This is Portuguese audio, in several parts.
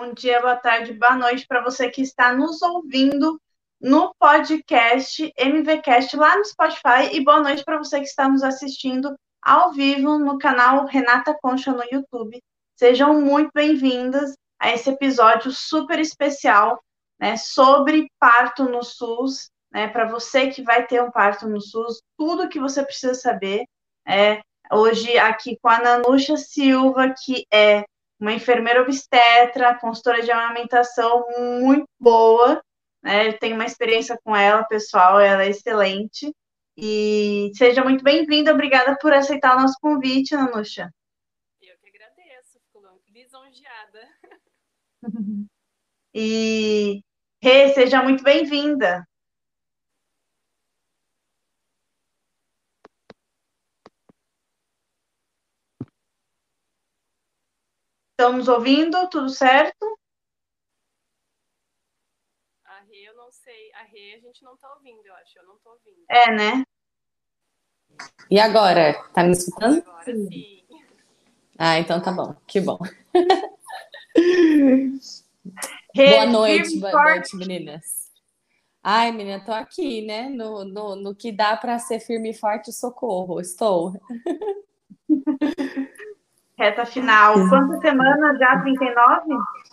bom dia, boa tarde, boa noite para você que está nos ouvindo no podcast MVCast lá no Spotify e boa noite para você que está nos assistindo ao vivo no canal Renata Concha no YouTube. Sejam muito bem-vindas a esse episódio super especial, né, sobre parto no SUS, né, para você que vai ter um parto no SUS, tudo que você precisa saber. Hoje aqui com a Nanúcia Silva, que é uma enfermeira obstetra, consultora de amamentação muito boa, né? Eu tenho uma experiência com ela, pessoal, ela é excelente. E seja muito bem-vinda, obrigada por aceitar o nosso convite, Nanúcia. Eu que agradeço, fico lisonjeada. E Rê, seja muito bem-vinda. Estão nos ouvindo? Tudo certo? A Rê, eu não sei. A Rê, a gente não tá ouvindo, eu acho. Eu não tô ouvindo. É, né? E agora? Tá me escutando? Agora sim. Ah, então tá bom. Que bom. Rê, Boa noite, firme, boa forte. noite, meninas. Ai, menina, tô aqui, né? No que dá pra ser firme e forte, socorro. Estou. Reta final. Quantas semanas já? 39?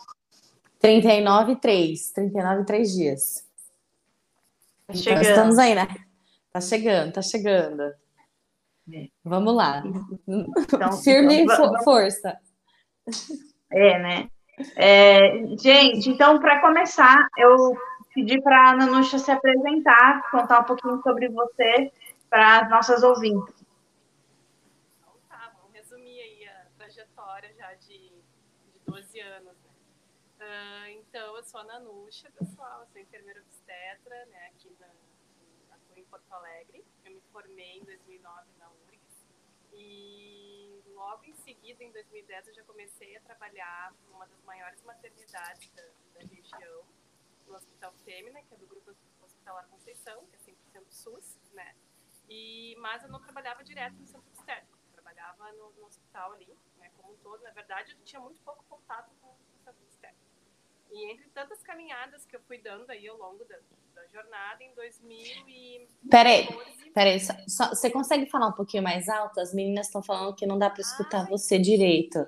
39 3 dias. Tá Então, chegando. estamos aí, né? Tá chegando, tá chegando. Vamos lá. Então, Firme e força. né? Gente, então, para começar, eu pedi para a Nanúcia se apresentar, contar um pouquinho sobre você para as nossas ouvintes. Então tá, vamos resumir aí a trajetória já de 12 anos, né? Então, eu sou a Nanúcia, pessoal, eu sou enfermeira obstetra, né, atuo em Porto Alegre. Eu me formei em 2009 na URGS e logo em seguida, em 2010, eu já comecei a trabalhar numa das maiores maternidades da região, no Hospital Fêmea, que é do Grupo Hospitalar Conceição, que é 100% SUS, né? Mas eu não trabalhava direto no centro obstétrico, eu trabalhava no hospital ali, né, como um todo. Na verdade, eu tinha muito pouco contato com o centro obstétrico. E entre tantas caminhadas que eu fui dando aí ao longo da jornada, em 2014... Peraí, você consegue falar um pouquinho mais alto? As meninas estão falando que não dá para escutar você direito.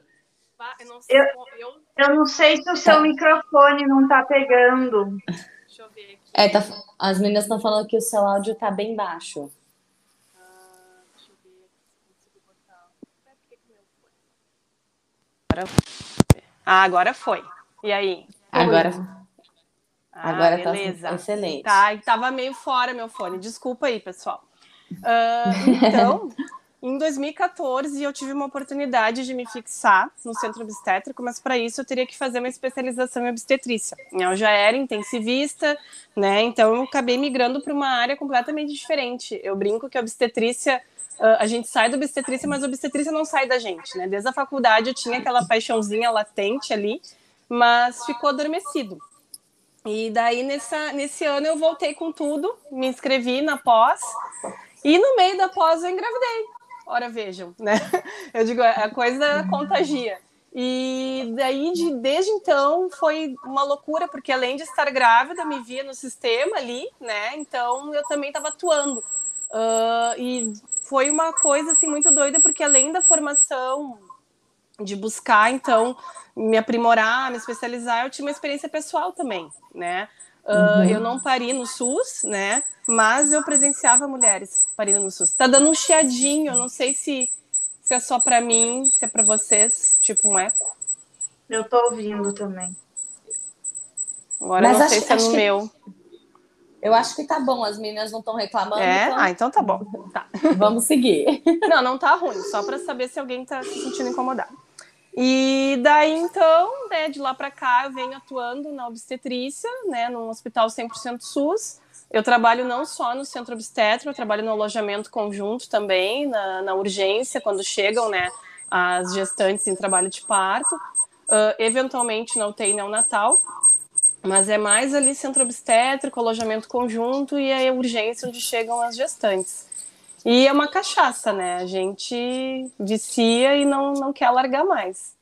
Eu não sei se o seu microfone não tá pegando. Deixa eu ver aqui. As meninas estão falando que o seu áudio tá bem baixo. Deixa eu ver se consigo botar. Por que meu foi? Agora foi. E aí? Agora beleza. tá excelente. Tá, e tava meio fora meu fone. Desculpa aí, pessoal. Então, em 2014, eu tive uma oportunidade de me fixar no centro obstétrico, mas para isso eu teria que fazer uma especialização em obstetrícia. Eu já era intensivista, né? Então eu acabei migrando para uma área completamente diferente. Eu brinco que a obstetrícia, a gente sai da obstetrícia, mas a obstetrícia não sai da gente, né? Desde a faculdade eu tinha aquela paixãozinha latente ali, mas ficou adormecido. E daí, nesse ano, eu voltei com tudo, me inscrevi na pós, e no meio da pós eu engravidei. Ora, vejam, né? Eu digo, a coisa contagia. E daí, desde então, foi uma loucura, porque além de estar grávida, me via no sistema ali, né? Então, eu também estava atuando. E foi uma coisa, assim, muito doida, porque além da formação de buscar, então, me aprimorar, me especializar, eu tinha uma experiência pessoal também, né? Eu não pari no SUS, né? Mas eu presenciava mulheres parindo no SUS. Tá dando um chiadinho, eu não sei se é só pra mim, se é pra vocês, tipo um eco. Eu tô ouvindo também. Agora eu não sei se é no meu. Eu acho que tá bom, as meninas não estão reclamando. Então tá bom. Tá. Vamos seguir. Não tá ruim, só pra saber se alguém tá se sentindo incomodado. E daí, então, né, de lá para cá, eu venho atuando na obstetrícia, né, num hospital 100% SUS. Eu trabalho não só no centro obstétrico, eu trabalho no alojamento conjunto também, na urgência, quando chegam, né, as gestantes em trabalho de parto. Eventualmente na UTI neonatal, mas é mais ali centro obstétrico, alojamento conjunto e a urgência onde chegam as gestantes. E é uma cachaça, né? A gente vicia e não quer largar mais.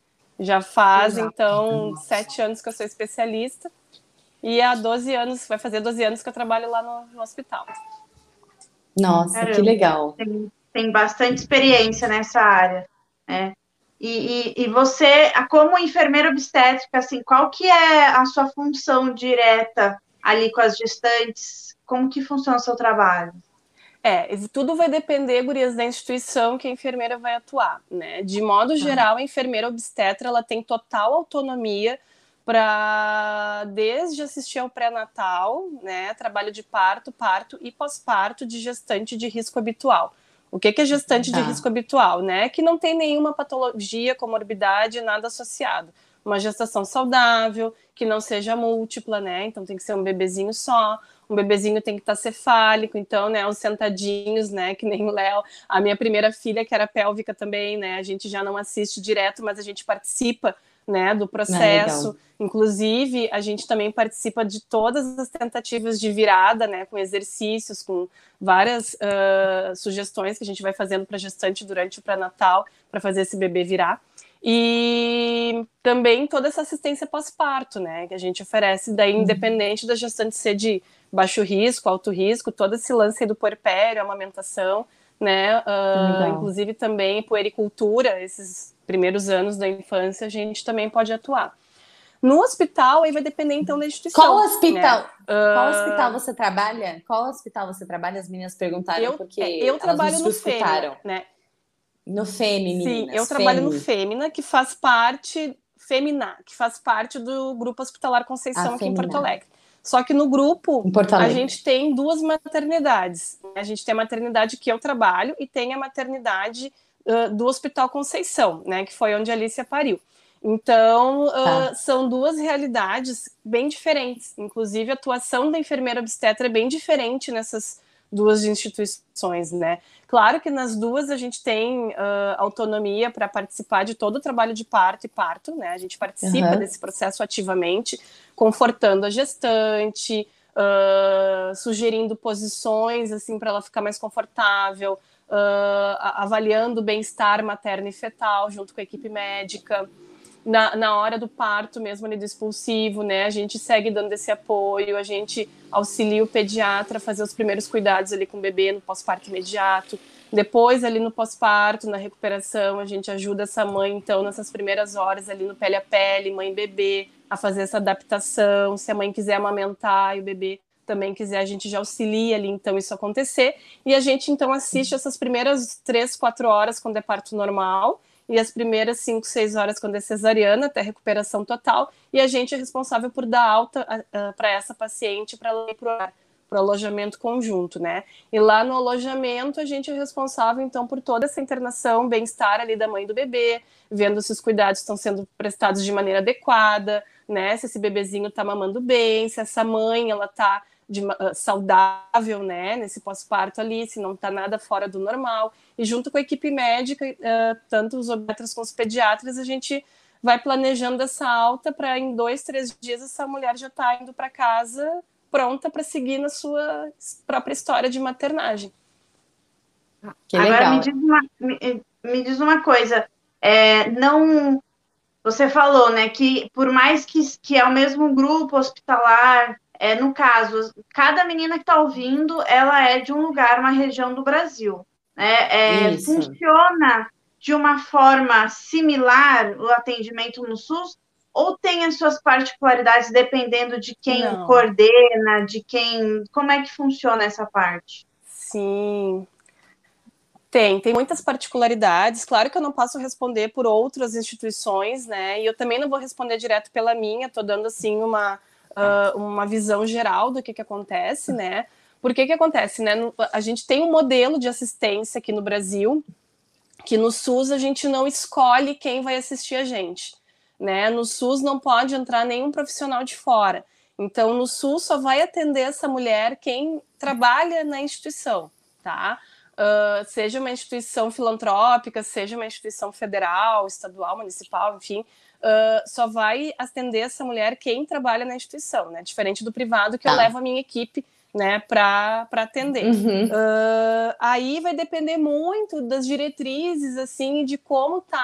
Já faz, Legal. então, 7 anos que eu sou especialista e há 12 anos, vai fazer 12 anos que eu trabalho lá no hospital. Nossa, que Caramba, legal. tem bastante experiência nessa área, né? E você, como enfermeira obstétrica, assim, qual que é a sua função direta ali com as gestantes? Como que funciona o seu trabalho? Tudo vai depender, gurias, da instituição que a enfermeira vai atuar, né? De modo geral, a enfermeira obstetra, ela tem total autonomia para, desde assistir ao pré-natal, né? Trabalho de parto, parto e pós-parto de gestante de risco habitual. O que é gestante de risco habitual, né? Que não tem nenhuma patologia, comorbidade, nada associado. Uma gestação saudável, que não seja múltipla, né? Então tem que ser um bebezinho só. Um bebezinho tem que estar cefálico, então, né, os sentadinhos, né, que nem o Léo. A minha primeira filha, que era pélvica também, né, a gente já não assiste direto, mas a gente participa, né, do processo. Inclusive, a gente também participa de todas as tentativas de virada, né, com exercícios, com várias sugestões que a gente vai fazendo para a gestante durante o pré-natal, para fazer esse bebê virar. E também toda essa assistência pós-parto, né, que a gente oferece daí, independente da gestante ser de baixo risco, alto risco, todo esse lance aí do puerpério, amamentação, né, inclusive também puericultura, esses primeiros anos da infância, a gente também pode atuar. No hospital, aí vai depender então da instituição. Qual hospital? Né? Qual hospital você trabalha? Qual hospital você trabalha? As meninas perguntaram porque eu trabalho no Fêmea, né? No Fêmea, meninas. Sim, eu trabalho no Fêmea, que faz parte do Grupo Hospitalar Conceição aqui em Porto Alegre. Só que no grupo, a gente tem 2 maternidades. A gente tem a maternidade que eu trabalho e tem a maternidade do Hospital Conceição, né, que foi onde a Alicia pariu. Então, são 2 realidades bem diferentes. Inclusive, a atuação da enfermeira obstetra é bem diferente nessas 2 instituições, né? Claro que nas 2 a gente tem autonomia para participar de todo o trabalho de parto e parto, né? A gente participa desse processo ativamente, confortando a gestante, sugerindo posições assim para ela ficar mais confortável, avaliando o bem-estar materno e fetal junto com a equipe médica. Na hora do parto mesmo ali do expulsivo, né, a gente segue dando esse apoio, a gente auxilia o pediatra a fazer os primeiros cuidados ali com o bebê no pós-parto imediato. Depois ali no pós-parto, na recuperação, a gente ajuda essa mãe, então, nessas primeiras horas ali no pele a pele, mãe e bebê, a fazer essa adaptação. Se a mãe quiser amamentar e o bebê também quiser, a gente já auxilia ali, então, isso acontecer. E a gente, então, assiste essas primeiras 3, 4 horas quando é parto normal, e as primeiras 5, 6 horas quando é cesariana, até recuperação total, e a gente é responsável por dar alta para essa paciente para ela ir para o alojamento conjunto, né? E lá no alojamento a gente é responsável, então, por toda essa internação, bem-estar ali da mãe e do bebê, vendo se os cuidados estão sendo prestados de maneira adequada, né? Se esse bebezinho está mamando bem, se essa mãe, ela está saudável, né, nesse pós-parto ali, se não está nada fora do normal. E junto com a equipe médica, tanto os obstetras como os pediatras, a gente vai planejando essa alta para em 2, 3 dias essa mulher já tá indo para casa pronta para seguir na sua própria história de maternagem. Que legal. Agora me diz uma coisa, não, você falou, né, que por mais que é o mesmo grupo hospitalar, no caso, cada menina que está ouvindo, ela é de um lugar, uma região do Brasil, né? Funciona de uma forma similar o atendimento no SUS ou tem as suas particularidades dependendo de quem coordena, de quem... Como é que funciona essa parte? Sim, tem muitas particularidades. Claro que eu não posso responder por outras instituições, né? E eu também não vou responder direto pela minha, estou dando assim uma visão geral do que acontece, né? Por que acontece, né? A gente tem um modelo de assistência aqui no Brasil, que no SUS a gente não escolhe quem vai assistir a gente, né? No SUS não pode entrar nenhum profissional de fora. Então, no SUS só vai atender essa mulher quem trabalha na instituição, tá? Seja uma instituição filantrópica, seja uma instituição federal, estadual, municipal, enfim, só vai atender essa mulher quem trabalha na instituição, né? Diferente do privado, que eu levo a minha equipe, né, para atender. Aí vai depender muito das diretrizes, assim, de como tá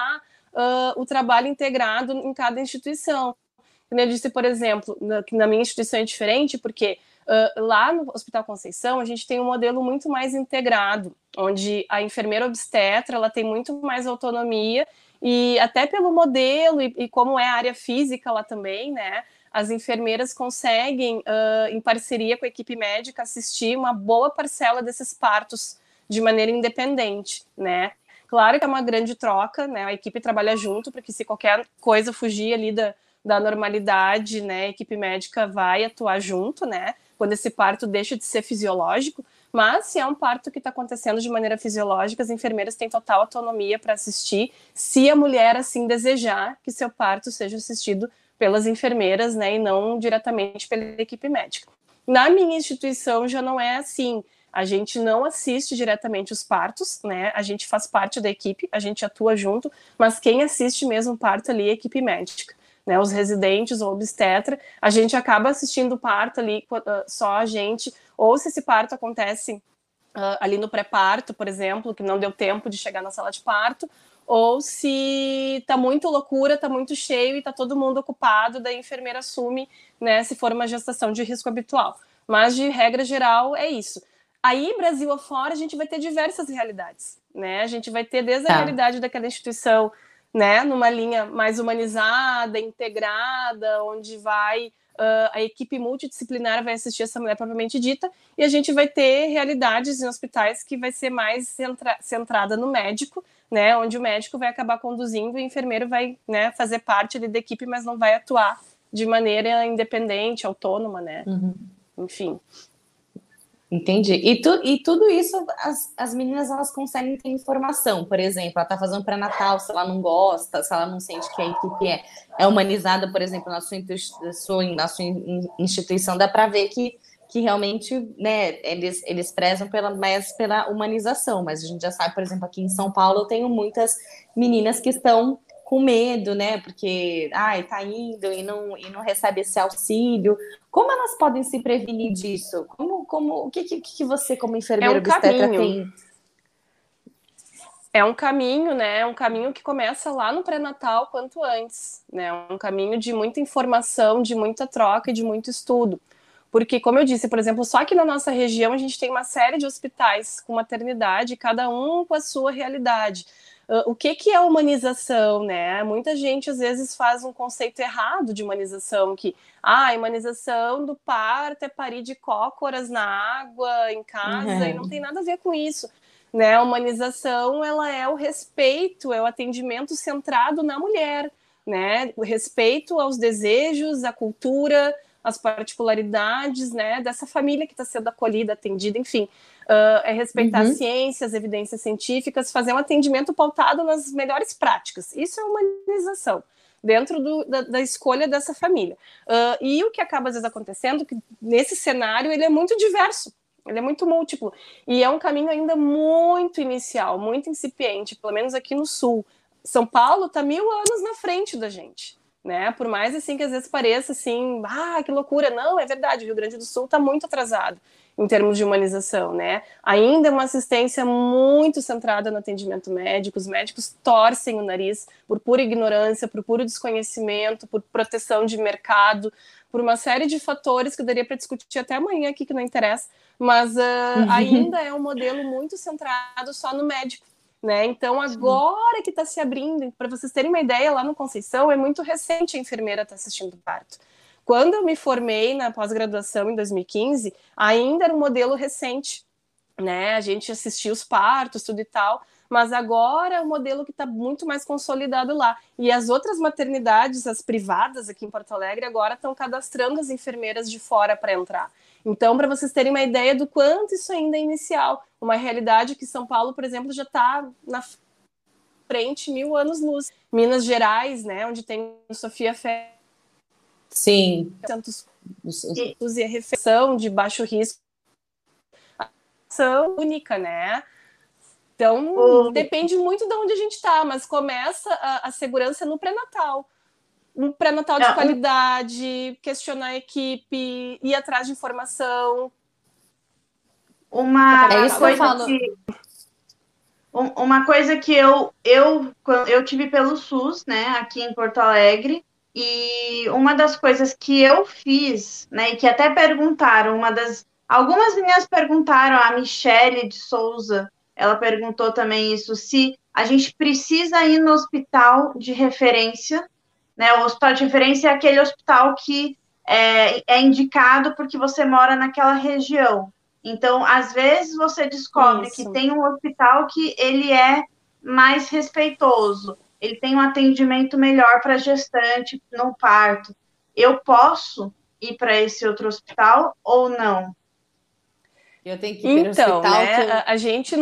o trabalho integrado em cada instituição. Como eu disse, por exemplo, que na minha instituição é diferente, porque lá no Hospital Conceição a gente tem um modelo muito mais integrado, onde a enfermeira obstetra ela tem muito mais autonomia, e até pelo modelo e como é a área física lá também, né? As enfermeiras conseguem, em parceria com a equipe médica, assistir uma boa parcela desses partos de maneira independente, né? Claro que é uma grande troca, né? A equipe trabalha junto, porque se qualquer coisa fugir ali da normalidade, né? A equipe médica vai atuar junto, né? Quando esse parto deixa de ser fisiológico. Mas se é um parto que está acontecendo de maneira fisiológica, as enfermeiras têm total autonomia para assistir, se a mulher assim desejar que seu parto seja assistido pelas enfermeiras, né, e não diretamente pela equipe médica. Na minha instituição já não é assim. A gente não assiste diretamente os partos, né? A gente faz parte da equipe, a gente atua junto, mas quem assiste mesmo o parto ali é a equipe médica, né? Os residentes ou obstetra, a gente acaba assistindo o parto ali, só a gente, ou se esse parto acontece ali no pré-parto, por exemplo, que não deu tempo de chegar na sala de parto, ou se tá muito loucura, tá muito cheio e tá todo mundo ocupado, daí a enfermeira assume, né, se for uma gestação de risco habitual. Mas, de regra geral, é isso. Aí, Brasil afora, a gente vai ter diversas realidades, né? A gente vai ter desde a realidade daquela instituição, né, numa linha mais humanizada, integrada, onde vai a equipe multidisciplinar vai assistir essa mulher propriamente dita, e a gente vai ter realidades em hospitais que vai ser mais centrada no médico, né, onde o médico vai acabar conduzindo e o enfermeiro vai, né, fazer parte ali da equipe, mas não vai atuar de maneira independente, autônoma, né? Enfim. Entendi. E tudo isso, as meninas, elas conseguem ter informação. Por exemplo, ela está fazendo pré-natal, se ela não gosta, se ela não sente que a equipe é humanizada, por exemplo, na sua instituição, dá para ver que realmente, né, eles prezam mais pela humanização. Mas a gente já sabe, por exemplo, aqui em São Paulo eu tenho muitas meninas que estão com medo, né? Porque tá indo e não recebe esse auxílio. Como elas podem se prevenir disso? O que você, como enfermeira obstetra, tem? É um caminho, né? É um caminho que começa lá no pré-natal quanto antes, né? É um caminho de muita informação, de muita troca e de muito estudo. Porque, como eu disse, por exemplo, só aqui na nossa região a gente tem uma série de hospitais com maternidade, cada um com a sua realidade. O que é humanização, né? Muita gente às vezes faz um conceito errado de humanização, que a humanização do parto é parir de cócoras na água, em casa, e não tem nada a ver com isso, né? A humanização, ela é o respeito, é o atendimento centrado na mulher, né? O respeito aos desejos, à cultura, as particularidades, né, dessa família que está sendo acolhida, atendida, enfim, é respeitar a ciência, as evidências científicas, fazer um atendimento pautado nas melhores práticas. Isso é humanização, dentro da escolha dessa família. E o que acaba, às vezes, acontecendo, que nesse cenário, ele é muito diverso, ele é muito múltiplo, e é um caminho ainda muito inicial, muito incipiente, pelo menos aqui no Sul. São Paulo está 1000 anos na frente da gente, né? Por mais assim que às vezes pareça assim, que loucura, não, é verdade, o Rio Grande do Sul está muito atrasado em termos de humanização, né? Ainda é uma assistência muito centrada no atendimento médico, os médicos torcem o nariz por pura ignorância, por puro desconhecimento, por proteção de mercado, por uma série de fatores que daria para discutir até amanhã aqui, que não interessa, mas ainda é um modelo muito centrado só no médico, né? Então, agora que está se abrindo, para vocês terem uma ideia, lá no Conceição é muito recente a enfermeira estar assistindo o parto. Quando eu me formei na pós-graduação em 2015, ainda era um modelo recente, né? A gente assistia os partos, tudo e tal, mas agora é um modelo que está muito mais consolidado lá. E as outras maternidades, as privadas aqui em Porto Alegre, agora estão cadastrando as enfermeiras de fora para entrar. Então, para vocês terem uma ideia do quanto isso ainda é inicial, uma realidade que São Paulo, por exemplo, já está na frente 1000 anos-luz. Minas Gerais, né, onde tem Sofia Fé. Sim. E a refeição de baixo risco são única, né? Então, depende muito de onde a gente está, mas começa a segurança no pré-natal. Um pré-natal de qualidade, questionar a equipe, ir atrás de informação. Uma coisa que Uma coisa que eu tive pelo SUS, né, aqui em Porto Alegre, e uma das coisas que eu fiz, né, e que até perguntaram, algumas meninas perguntaram, a Michele de Souza, ela perguntou também isso, se a gente precisa ir no hospital de referência, né, o hospital de referência é aquele hospital que é indicado porque você mora naquela região. Então, às vezes você descobre que Isso. tem um hospital que ele é mais respeitoso, ele tem um atendimento melhor para gestante no parto. Eu posso ir para esse outro hospital ou não? Eu tenho que ir para o Então, hospital né, que eu. a gente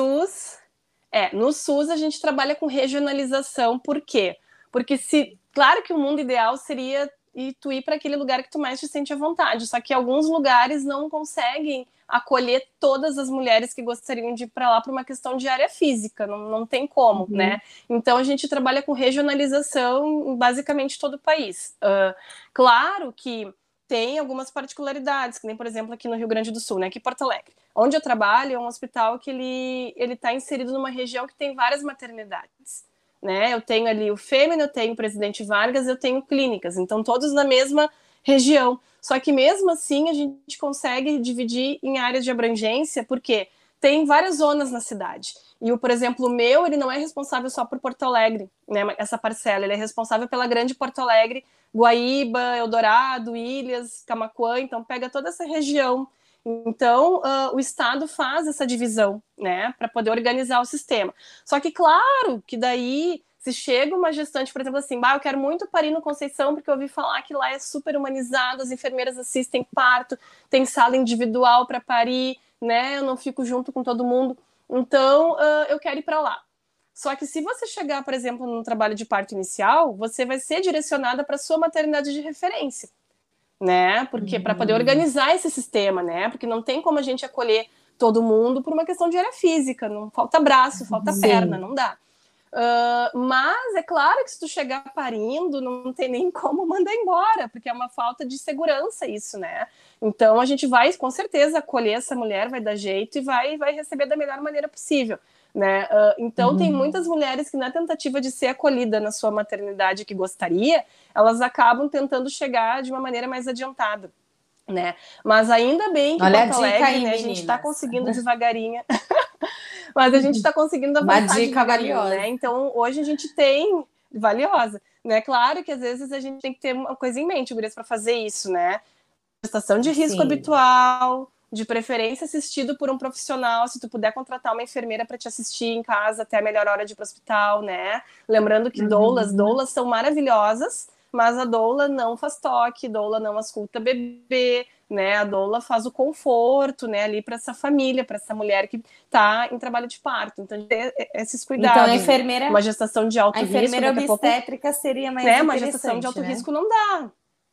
no SUS a gente trabalha com regionalização, por quê? Porque claro que o mundo ideal seria tu ir para aquele lugar que tu mais te sente à vontade, só que alguns lugares não conseguem acolher todas as mulheres que gostariam de ir para lá por uma questão de área física, não tem como, né? Então a gente trabalha com regionalização em basicamente todo o país. Claro que tem algumas particularidades, que nem, por exemplo, aqui no Rio Grande do Sul, né, aqui em Porto Alegre. Onde eu trabalho é um hospital que ele está inserido numa região que tem várias maternidades. Né? Eu tenho ali o Fêmea, eu tenho o Presidente Vargas, eu tenho clínicas, então todos na mesma região. Só que mesmo assim a gente consegue dividir em áreas de abrangência, porque tem várias zonas na cidade. E, por exemplo, o meu, ele não é responsável só por Porto Alegre, né, essa parcela, ele é responsável pela grande Porto Alegre, Guaíba, Eldorado, Ilhas, Camaquã, então pega toda essa região. Então, o Estado faz essa divisão, né, para poder organizar o sistema. Só que, claro, que daí, se chega uma gestante, por exemplo, assim, eu quero muito parir no Conceição, porque eu ouvi falar que lá é super humanizado, as enfermeiras assistem parto, tem sala individual para parir, né, eu não fico junto com todo mundo, então eu quero ir para lá. Só que se você chegar, por exemplo, no trabalho de parto inicial, você vai ser direcionada para a sua maternidade de referência, né? Porque para poder organizar esse sistema, né? Porque não tem como a gente acolher todo mundo por uma questão de área física, não falta braço, falta perna, não dá. Mas é claro que se tu chegar parindo, não tem nem como mandar embora, porque é uma falta de segurança isso, né? Então a gente vai com certeza acolher essa mulher, vai dar jeito e vai receber da melhor maneira possível. Né? Então tem muitas mulheres que na tentativa de ser acolhida na sua maternidade que gostaria, elas acabam tentando chegar de uma maneira mais adiantada, né? Mas ainda bem que Olha Porto Alegre, aí, né, a gente está meninas. conseguindo devagarinho, mas a gente está conseguindo Uma avançar dica devagarinho, valiosa. né? Então hoje a gente tem valiosa, né? Claro que às vezes a gente tem que ter uma coisa em mente, Gurias, para fazer isso, né? Gestação de risco habitual, de preferência assistido por um profissional, se tu puder contratar uma enfermeira para te assistir em casa até a melhor hora de ir para o hospital, né? Lembrando que doulas são maravilhosas, mas a doula não faz toque, doula não ausculta bebê, né? A doula faz o conforto, né, ali para essa família, para essa mulher que está em trabalho de parto. Então, tem esses cuidados. Então, a enfermeira, uma gestação de alto a risco, enfermeira obstétrica seria mais interessante, uma gestação de alto risco não dá.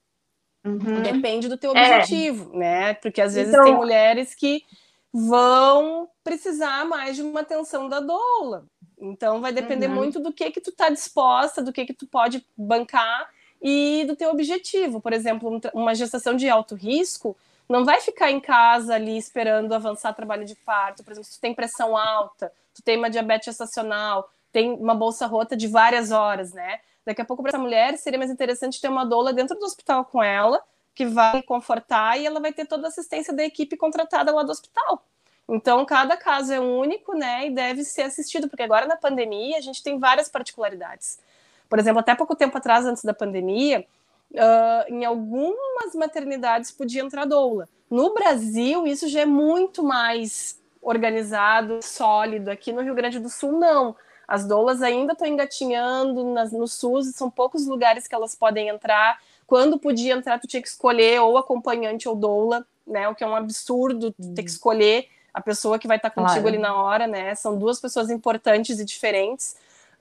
Depende do teu objetivo, né? Porque às vezes tem mulheres que vão precisar mais de uma atenção da doula. Então vai depender muito do que tu tá disposta, do que tu pode bancar e do teu objetivo. Por exemplo, uma gestação de alto risco não vai ficar em casa ali esperando avançar trabalho de parto. Por exemplo, se tu tem pressão alta, tu tem uma diabetes gestacional, tem uma bolsa rota de várias horas, né? Daqui a pouco, para essa mulher, seria mais interessante ter uma doula dentro do hospital com ela, que vai confortar e ela vai ter toda a assistência da equipe contratada lá do hospital. Então, cada caso é único, né, e deve ser assistido, porque agora na pandemia a gente tem várias particularidades. Por exemplo, até pouco tempo atrás, antes da pandemia, em algumas maternidades podia entrar doula. No Brasil, isso já é muito mais organizado, sólido. Aqui no Rio Grande do Sul, não. As doulas ainda estão engatinhando no SUS, são poucos lugares que elas podem entrar. Quando podia entrar, tu tinha que escolher ou acompanhante ou doula, né? O que é um absurdo ter que escolher a pessoa que vai estar contigo ali na hora, né? São duas pessoas importantes e diferentes.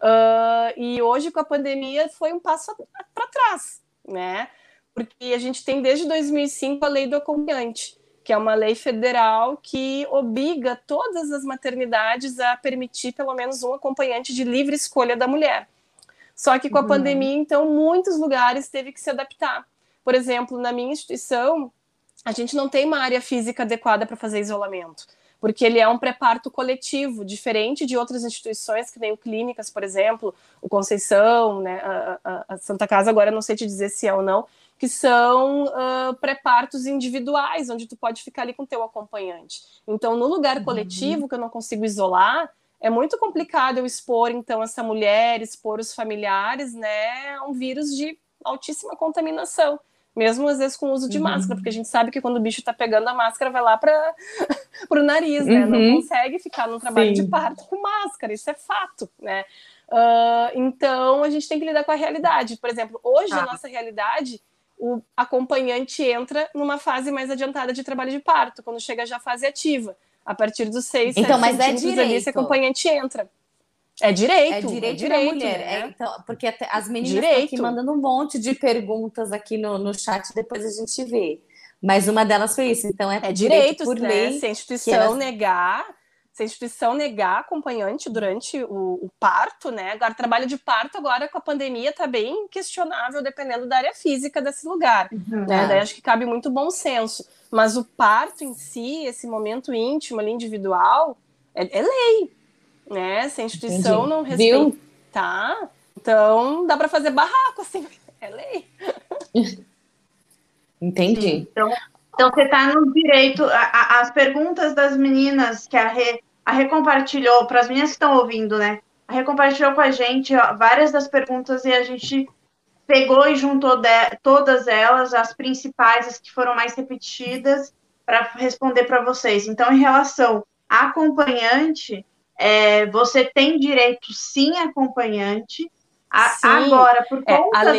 E hoje, com a pandemia, foi um passo para trás, né? Porque a gente tem desde 2005 a lei do acompanhante, que é uma lei federal que obriga todas as maternidades a permitir pelo menos um acompanhante de livre escolha da mulher. Só que com a pandemia, então, muitos lugares teve que se adaptar. Por exemplo, na minha instituição, a gente não tem uma área física adequada para fazer isolamento. porque ele é um pré-parto coletivo, diferente de outras instituições, que nem o Clínicas, por exemplo, o Conceição, né, a Santa Casa, agora eu não sei te dizer se é ou não, que são pré-partos individuais, onde tu pode ficar ali com o teu acompanhante. Então, no lugar coletivo, que eu não consigo isolar, é muito complicado eu expor, então, essa mulher, expor os familiares, né, a um vírus de altíssima contaminação, mesmo às vezes com o uso de máscara, porque a gente sabe que quando o bicho tá pegando a máscara, vai lá para o nariz, né? Não consegue ficar num trabalho de parto com máscara, isso é fato, né? Então, a gente tem que lidar com a realidade. Por exemplo, hoje, a nossa realidade, o acompanhante entra numa fase mais adiantada de trabalho de parto, quando chega já a fase ativa. A partir dos 6, então, 7 centímetros ali, esse acompanhante entra. É direito da mulher. Né? Então, porque as meninas estão aqui mandando um monte de perguntas aqui no chat, depois a gente vê. Mas uma delas foi isso. Então, é direito por lei. Se a instituição negar acompanhante durante o parto, né? Agora, trabalho de parto agora com a pandemia está bem questionável, dependendo da área física desse lugar. Né? Daí acho que cabe muito bom senso. Mas o parto em si, esse momento íntimo ali, individual, é lei. Né? Se a instituição não respeitar, então dá para fazer barraco, assim, é lei. Entendi. Então você está no direito. As perguntas das meninas que a Rê compartilhou, para as meninas que estão ouvindo, né? A Rê compartilhou com a gente várias das perguntas e a gente pegou e juntou todas elas, as principais, as que foram mais repetidas, para responder para vocês. Então, em relação a acompanhante, você tem direito, sim, a acompanhante. Agora, por conta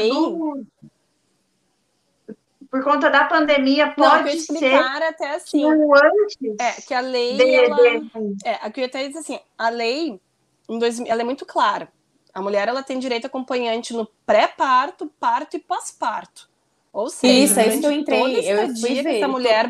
por conta da pandemia, pode ser até assim, que o antes... que a lei, aqui eu até dizer assim, a lei, ela é muito clara. A mulher, ela tem direito a acompanhante no pré-parto, parto e pós-parto. Ou seja, isso que eu entrei, eu fui ver.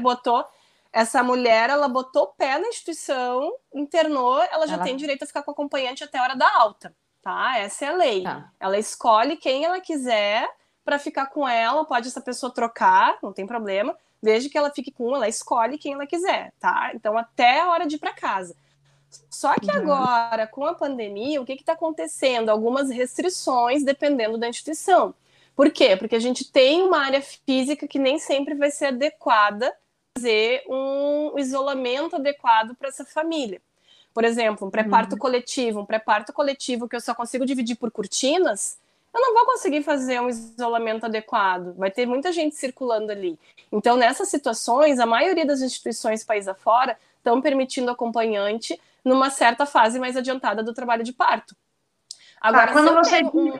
Essa mulher, ela botou o pé na instituição, internou, ela já tem direito a ficar com o acompanhante até a hora da alta, tá? Essa é a lei. Ela escolhe quem ela quiser para ficar com ela, pode essa pessoa trocar, não tem problema, desde que ela fique ela escolhe quem ela quiser, tá? Então, até a hora de ir para casa. Só que agora, com a pandemia, o que está acontecendo? Algumas restrições dependendo da instituição. Por quê? Porque a gente tem uma área física que nem sempre vai ser adequada para fazer um isolamento adequado para essa família. Por exemplo, um pré-parto coletivo que eu só consigo dividir por cortinas, eu não vou conseguir fazer um isolamento adequado. Vai ter muita gente circulando ali. Então, nessas situações, a maioria das instituições país afora estão permitindo acompanhante numa certa fase mais adiantada do trabalho de parto. Agora, quando você diz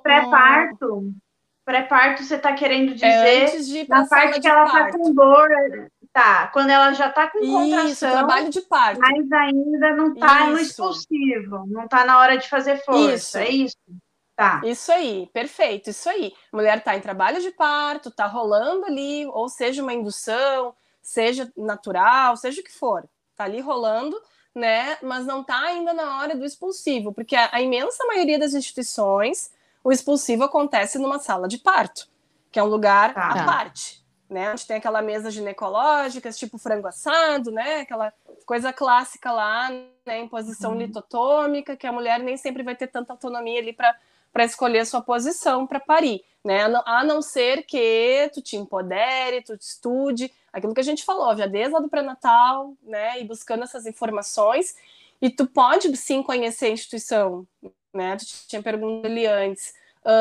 pré-parto, você está querendo dizer antes de ir na parte que ela está com dor, quando ela já está com contração, isso, trabalho de parto, mas ainda não está no expulsivo, não está na hora de fazer força, é isso? Tá. Isso aí, perfeito, isso aí. A mulher está em trabalho de parto, está rolando ali, ou seja, uma indução, seja natural, seja o que for, está ali rolando, né? Mas não está ainda na hora do expulsivo, porque a imensa maioria das instituições, o expulsivo acontece numa sala de parto, que é um lugar à parte, né? Onde tem aquela mesa ginecológica, tipo frango assado, né? Aquela coisa clássica lá, né? Em posição litotômica, que a mulher nem sempre vai ter tanta autonomia ali para escolher a sua posição para parir, né? A não ser que tu te empodere, tu te estude, aquilo que a gente falou, já desde lá do pré-natal, né? E buscando essas informações, e tu pode sim conhecer a instituição, né? Tu tinha perguntado ali antes.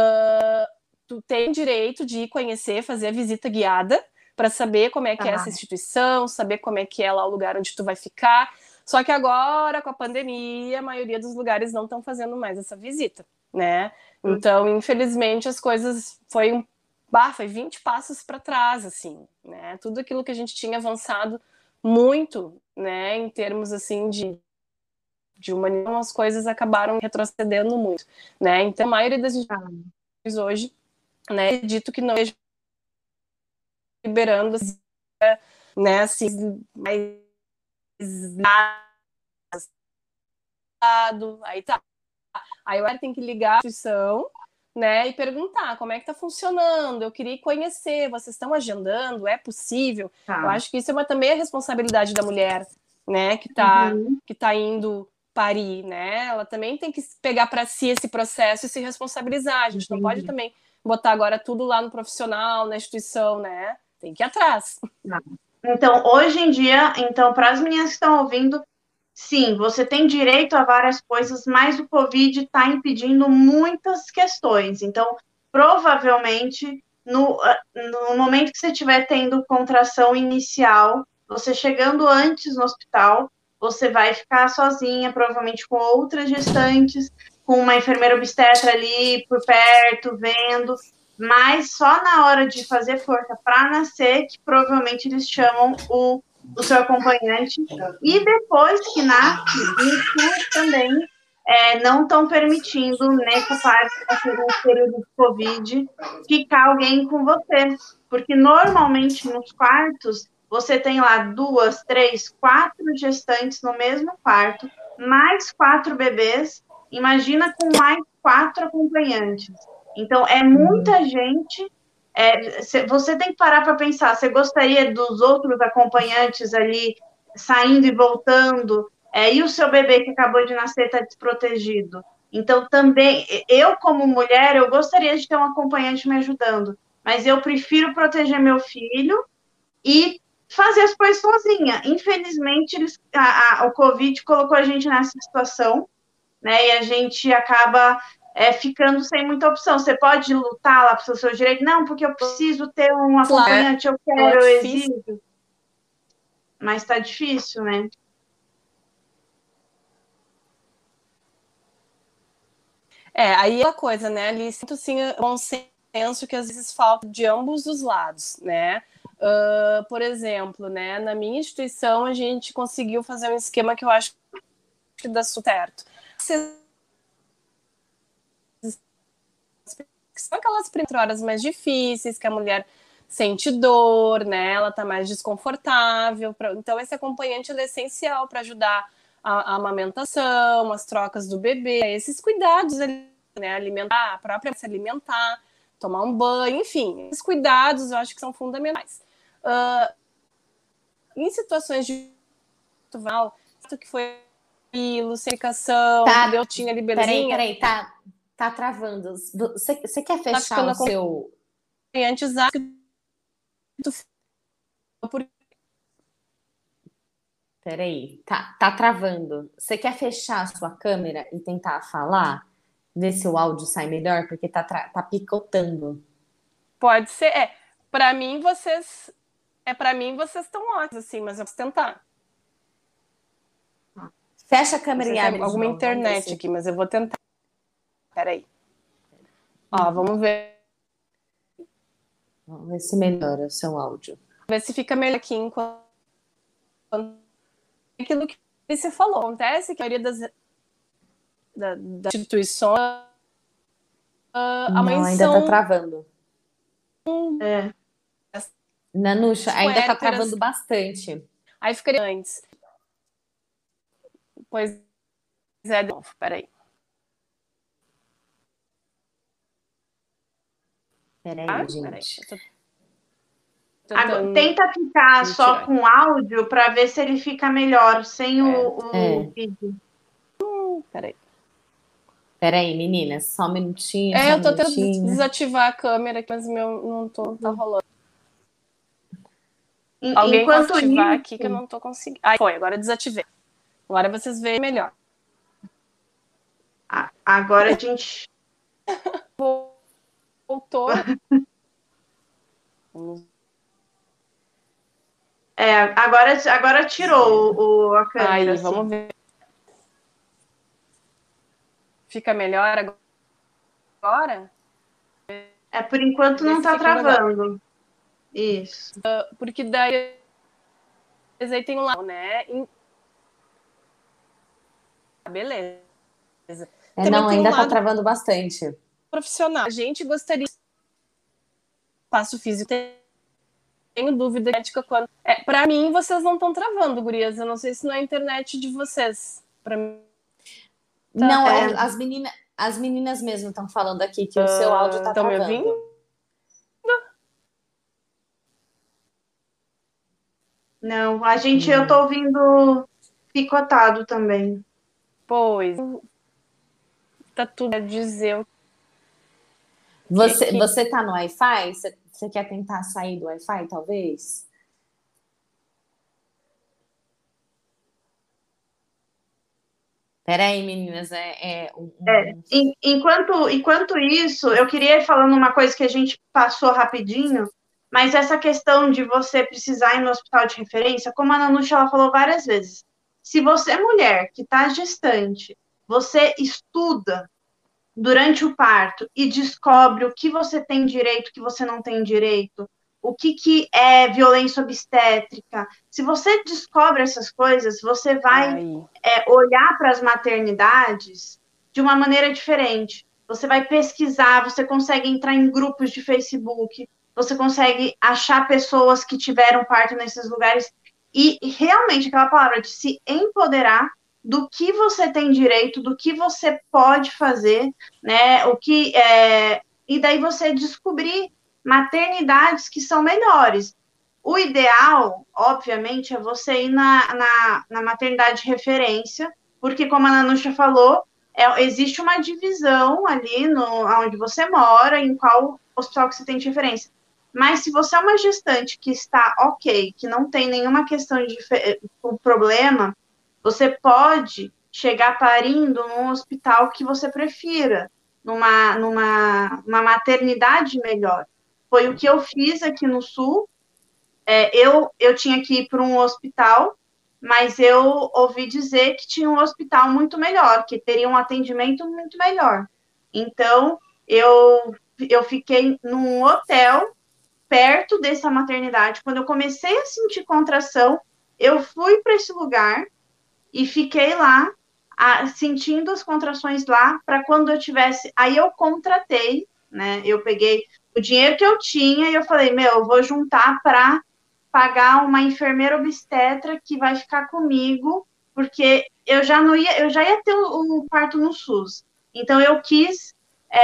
Tu tem direito de ir conhecer, fazer a visita guiada para saber como é que é essa instituição, saber como é que é lá o lugar onde tu vai ficar. Só que agora, com a pandemia, a maioria dos lugares não estão fazendo mais essa visita, né? Então, infelizmente, as coisas foi 20 passos para trás, assim, né? Tudo aquilo que a gente tinha avançado muito, né, em termos assim de humanização, as coisas acabaram retrocedendo muito, né? Então, a maioria das instituições hoje, né, dito que não esteja liberando, né, assim, mais aí tá. Aí eu tenho que ligar a instituição, né, e perguntar como é que tá funcionando, eu queria conhecer, vocês estão agendando, é possível? Eu acho que isso é também a responsabilidade da mulher, né, que tá indo parir, né? Ela também tem que pegar para si esse processo e se responsabilizar. A gente não pode também botar agora tudo lá no profissional, na instituição, né? Tem que ir atrás. Então, hoje em dia, então, para as meninas que estão ouvindo, sim, você tem direito a várias coisas, mas o Covid está impedindo muitas questões. Então, provavelmente, no momento que você estiver tendo contração inicial, você chegando antes no hospital, você vai ficar sozinha, provavelmente com outras gestantes, com uma enfermeira obstetra ali por perto, vendo, mas só na hora de fazer força para nascer, que provavelmente eles chamam o seu acompanhante. E depois que nasce, no SUS também não estão permitindo, nessa parte, nesse período de Covid, ficar alguém com você. Porque normalmente nos quartos, você tem lá 2, 3, 4 gestantes no mesmo quarto, mais 4 bebês, imagina com mais 4 acompanhantes. Então, é muita gente. Você tem que parar para pensar, você gostaria dos outros acompanhantes ali saindo e voltando, e o seu bebê que acabou de nascer está desprotegido. Então, também, eu como mulher, eu gostaria de ter um acompanhante me ajudando, mas eu prefiro proteger meu filho e fazer as coisas sozinha. Infelizmente, o Covid colocou a gente nessa situação, né, e a gente acaba ficando sem muita opção. Você pode lutar lá para o seu direito? Não, porque eu preciso ter um acompanhante, eu quero, eu exijo. Mas está difícil, né? Aí é a coisa, né? Ali sinto sim bom senso que às vezes falta de ambos os lados, né? Por exemplo, né? Na minha instituição a gente conseguiu fazer um esquema que eu acho que dá certo. São aquelas primeiras horas mais difíceis que a mulher sente dor, né? Ela tá mais desconfortável. Então esse acompanhante é essencial para ajudar a amamentação, as trocas do bebê, esses cuidados ali, né? Alimentar, a própria se alimentar, tomar um banho, enfim, esses cuidados eu acho que são fundamentais. Em situações de que foi lubrificação, eu tinha ali belezinha. Peraí, tá travando. Você quer fechar o seu... Antes Peraí, tá travando. Você quer fechar a sua câmera e tentar falar? Ver se o áudio sai melhor, porque tá picotando. Pode ser. Para mim, vocês estão ótimos, assim, mas eu vou tentar. Fecha a câmera e abre alguma internet aqui, mas eu vou tentar. Peraí. Vamos ver. Vamos ver se melhora o seu áudio. Ver se fica melhor aqui enquanto aquilo que você falou. Acontece que a maioria das instituições não, ainda tá travando. Nanuxa, ainda tá travando bastante. Aí ficaria antes. Pois é, de novo, peraí. Peraí, gente. Tenta ficar só com áudio para ver se ele fica melhor, sem o vídeo. Peraí, meninas, só um minutinho. Eu tô tentando desativar a câmera aqui, mas meu não tá rolando. Alguém pode ativar aqui que eu não tô conseguindo. Foi, agora eu desativei. Agora vocês veem melhor. Agora a gente voltou. Agora tirou a câmera. Aí, vamos ver. Fica melhor agora? Por enquanto não tá travando. Isso. Porque daí aí tem um lado, né? Beleza. Não, ainda tá travando bastante. Profissional. A gente gostaria de espaço físico. Tenho dúvida ética quando. Para mim, vocês não estão travando, gurias. Eu não sei se não é a internet de vocês. Para mim. Não, as meninas mesmo estão falando aqui que o seu áudio tá travando. Estão me ouvindo? Não, eu tô ouvindo picotado também. Pois, tá tudo a dizer o Você tá no Wi-Fi? Você quer tentar sair do Wi-Fi, talvez? Peraí, meninas, Enquanto isso, eu queria ir falando uma coisa que a gente passou rapidinho, mas essa questão de você precisar ir no hospital de referência, como a Nanucha ela falou várias vezes, se você é mulher que está gestante, você estuda durante o parto e descobre o que você tem direito, o que você não tem direito, o que é violência obstétrica. Se você descobre essas coisas, você vai aí. olhar para as maternidades de uma maneira diferente. Você vai pesquisar, você consegue entrar em grupos de Facebook, você consegue achar pessoas que tiveram parto nesses lugares e realmente aquela palavra de se empoderar do que você tem direito, do que você pode fazer, né? E daí você descobrir maternidades que são melhores. O ideal, obviamente, é você ir na maternidade de referência, porque, como a Nanusha falou, existe uma divisão ali onde você mora, em qual hospital que você tem de referência. Mas se você é uma gestante que está ok, que não tem nenhuma questão de problema, você pode chegar parindo num hospital que você prefira, numa maternidade melhor. Foi o que eu fiz aqui no Sul. Eu tinha que ir para um hospital, mas eu ouvi dizer que tinha um hospital muito melhor, que teria um atendimento muito melhor. Então, eu fiquei num hotel perto dessa maternidade. Quando eu comecei a sentir contração, eu fui para esse lugar e fiquei lá, sentindo as contrações lá, para quando eu tivesse. Aí eu contratei, né? Eu peguei o dinheiro que eu tinha e eu falei, eu vou juntar para pagar uma enfermeira obstetra que vai ficar comigo, porque eu já ia ter um parto no SUS. Então eu quis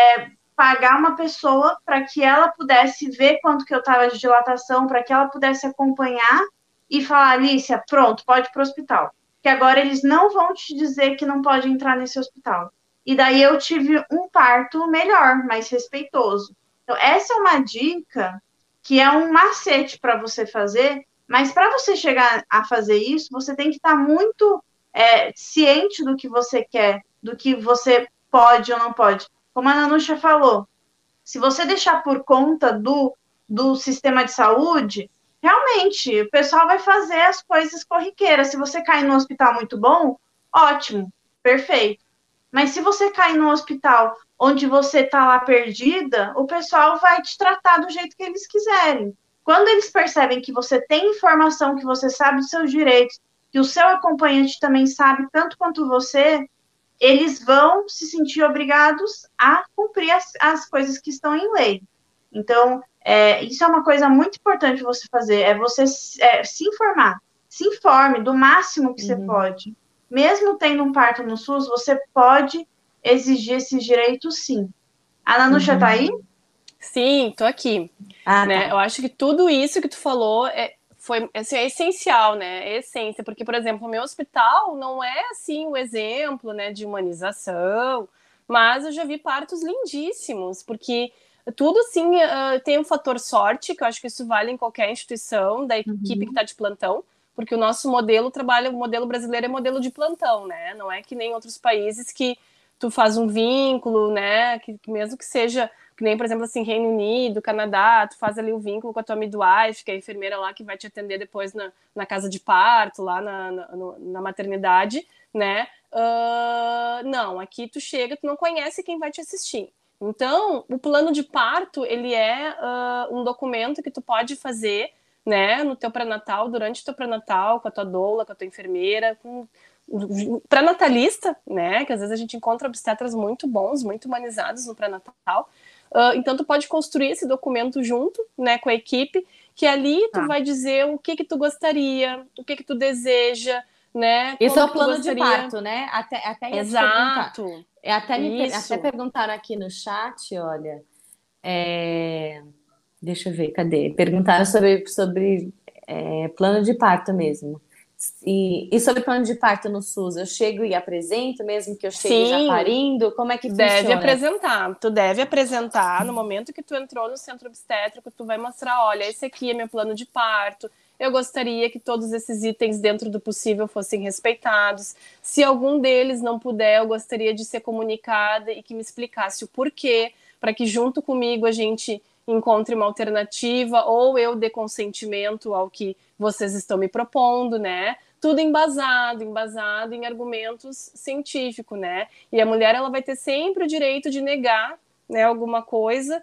pagar uma pessoa para que ela pudesse ver quanto que eu estava de dilatação, para que ela pudesse acompanhar e falar, Alicia, pronto, pode ir para o hospital. Que agora eles não vão te dizer que não pode entrar nesse hospital. E daí eu tive um parto melhor, mais respeitoso. Então, essa é uma dica que é um macete para você fazer, mas para você chegar a fazer isso, você tem que estar muito ciente do que você quer, do que você pode ou não pode. Como a Nanusha falou, se você deixar por conta do sistema de saúde, realmente o pessoal vai fazer as coisas corriqueiras. Se você cair num hospital muito bom, ótimo, perfeito. Mas se você cair num hospital onde você está lá perdida, o pessoal vai te tratar do jeito que eles quiserem. Quando eles percebem que você tem informação, que você sabe dos seus direitos, que o seu acompanhante também sabe tanto quanto você, eles vão se sentir obrigados a cumprir as coisas que estão em lei. Então, isso é uma coisa muito importante você fazer, é você se informar. Se informe do máximo que você pode. Mesmo tendo um parto no SUS, você pode exigir esses direitos, sim. A Nanusha tá aí? Sim, tô aqui. Né? Tá. Eu acho que tudo isso que tu falou foi assim, é essencial, né? É essência, porque, por exemplo, o meu hospital não é assim o exemplo, né, de humanização, mas eu já vi partos lindíssimos, porque tudo assim tem um fator sorte, que eu acho que isso vale em qualquer instituição, da equipe que está de plantão, porque o nosso modelo o modelo brasileiro é modelo de plantão, né? Não é que nem outros países que tu faz um vínculo, né? Que mesmo que seja que nem, por exemplo, assim, Reino Unido, Canadá, tu faz ali o vínculo com a tua midwife, que é a enfermeira lá que vai te atender depois na casa de parto, lá na maternidade, né? Não, aqui tu chega, tu não conhece quem vai te assistir. Então, o plano de parto, ele é um documento que tu pode fazer, né, no teu pré-natal, durante o teu pré-natal, com a tua doula, com a tua enfermeira, com pré-natalista, né, que às vezes a gente encontra obstetras muito bons, muito humanizados no pré-natal. Então, tu pode construir esse documento junto, né, com a equipe, que ali tu vai dizer o que tu gostaria, o que tu deseja, né? Isso é o tu plano de gostaria. parto, né? Até ia te perguntar. Exato. Até perguntaram aqui no chat, olha. Deixa eu ver, cadê? Perguntaram sobre plano de parto mesmo. E sobre plano de parto no SUS, eu chego e apresento, mesmo que eu chegue já Sim, parindo? Como é que deve funciona? apresentar. Tu deve apresentar no momento que tu entrou no centro obstétrico, tu vai mostrar, olha, esse aqui é meu plano de parto. Eu gostaria que todos esses itens, dentro do possível, fossem respeitados. Se algum deles não puder, eu gostaria de ser comunicada e que me explicasse o porquê, para que junto comigo a gente encontre uma alternativa ou eu dê consentimento ao que vocês estão me propondo, né? Tudo embasado em argumentos científicos, né? E a mulher, ela vai ter sempre o direito de negar, né, alguma coisa,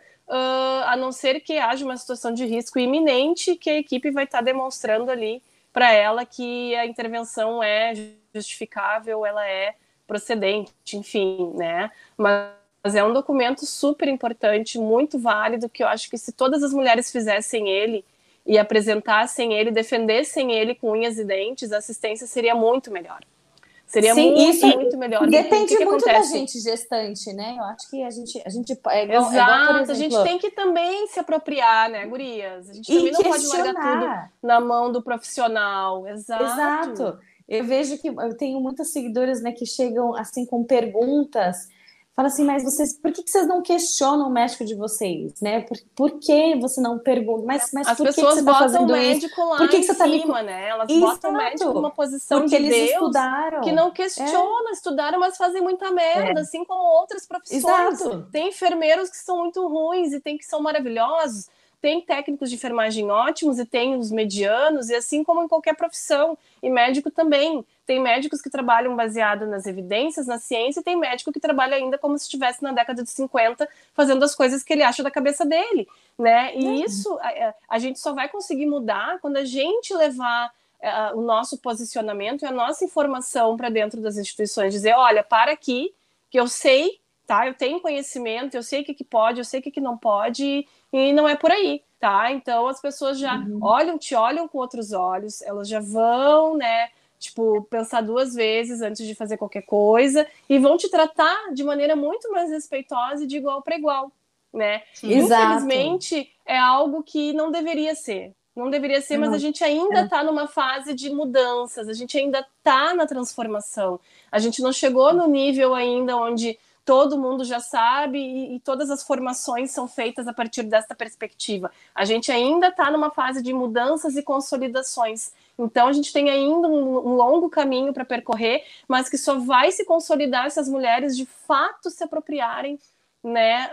a não ser que haja uma situação de risco iminente, que a equipe vai estar demonstrando ali para ela que a intervenção é justificável, ela é procedente, enfim, né? Mas é um documento super importante, muito válido, que eu acho que se todas as mulheres fizessem ele e apresentassem ele, defendessem ele com unhas e dentes, a assistência seria muito melhor. Seria Sim, muito, isso muito melhor. depende que muito acontece? da gente gestante, né? Eu acho que a gente é igual, Exato, por exemplo, a gente tem que também se apropriar, né, gurias? A gente e também não pode largar tudo questionar. na mão do profissional. Exato. Eu vejo que eu tenho muitas seguidoras, né, que chegam assim com perguntas. Fala assim, mas vocês, por que vocês não questionam o médico de vocês, né? Por que você não pergunta? Mas As por que você pessoas está botam o fazendo isso? médico lá Por que em você está me... cima, né? Elas botam o médico numa Exato. posição Porque de eles Deus, que estudaram. não questiona, estudaram, mas fazem muita merda, assim como outras profissões. Exato. Tem enfermeiros que são muito ruins e tem que são maravilhosos. Tem técnicos de enfermagem ótimos e tem os medianos, e assim como em qualquer profissão. E médico também. Tem médicos que trabalham baseado nas evidências, na ciência, e tem médico que trabalha ainda como se estivesse na década de 50, fazendo as coisas que ele acha da cabeça dele, né? E isso a gente só vai conseguir mudar quando a gente levar o nosso posicionamento e a nossa informação para dentro das instituições. Dizer, olha, para aqui, que eu sei, tá? Eu tenho conhecimento, eu sei o que pode, eu sei o que não pode, e não é por aí, tá? Então as pessoas já te olham com outros olhos, elas já vão, né? Tipo, pensar duas vezes antes de fazer qualquer coisa e vão te tratar de maneira muito mais respeitosa e de igual para igual, né? Infelizmente, é algo que não deveria ser. Não deveria ser, mas a gente ainda está numa fase de mudanças, a gente ainda está na transformação. A gente não chegou no nível ainda onde todo mundo já sabe e todas as formações são feitas a partir desta perspectiva. A gente ainda está numa fase de mudanças e consolidações. Então, a gente tem ainda um longo caminho para percorrer, mas que só vai se consolidar se as mulheres de fato se apropriarem, né,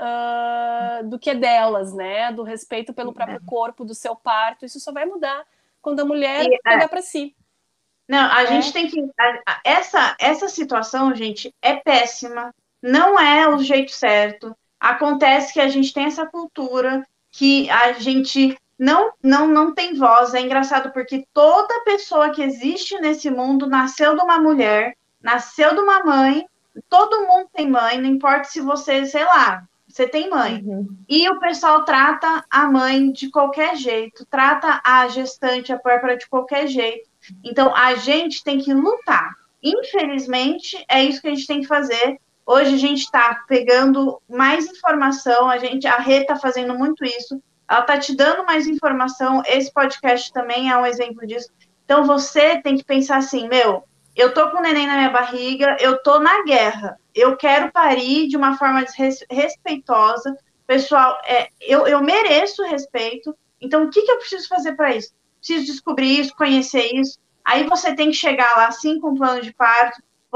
do que é delas, né, do respeito pelo próprio corpo, do seu parto. Isso só vai mudar quando a mulher pegar para si. Não, a gente tem que... Essa situação, gente, é péssima. Não é o jeito certo. Acontece que a gente tem essa cultura que a gente não tem voz. É engraçado porque toda pessoa que existe nesse mundo nasceu de uma mulher, nasceu de uma mãe. Todo mundo tem mãe, não importa se você, sei lá, você tem mãe. E o pessoal trata a mãe de qualquer jeito, trata a gestante, a puérpera de qualquer jeito. Então, a gente tem que lutar. Infelizmente, é isso que a gente tem que fazer. Hoje a gente está pegando mais informação, a Rê está fazendo muito isso, ela está te dando mais informação, esse podcast também é um exemplo disso. Então, você tem que pensar assim, eu tô com o neném na minha barriga, eu tô na guerra, eu quero parir de uma forma respeitosa, pessoal, eu mereço respeito, então o que eu preciso fazer para isso? Preciso descobrir isso, conhecer isso. Aí você tem que chegar lá, assim, com o plano de parto.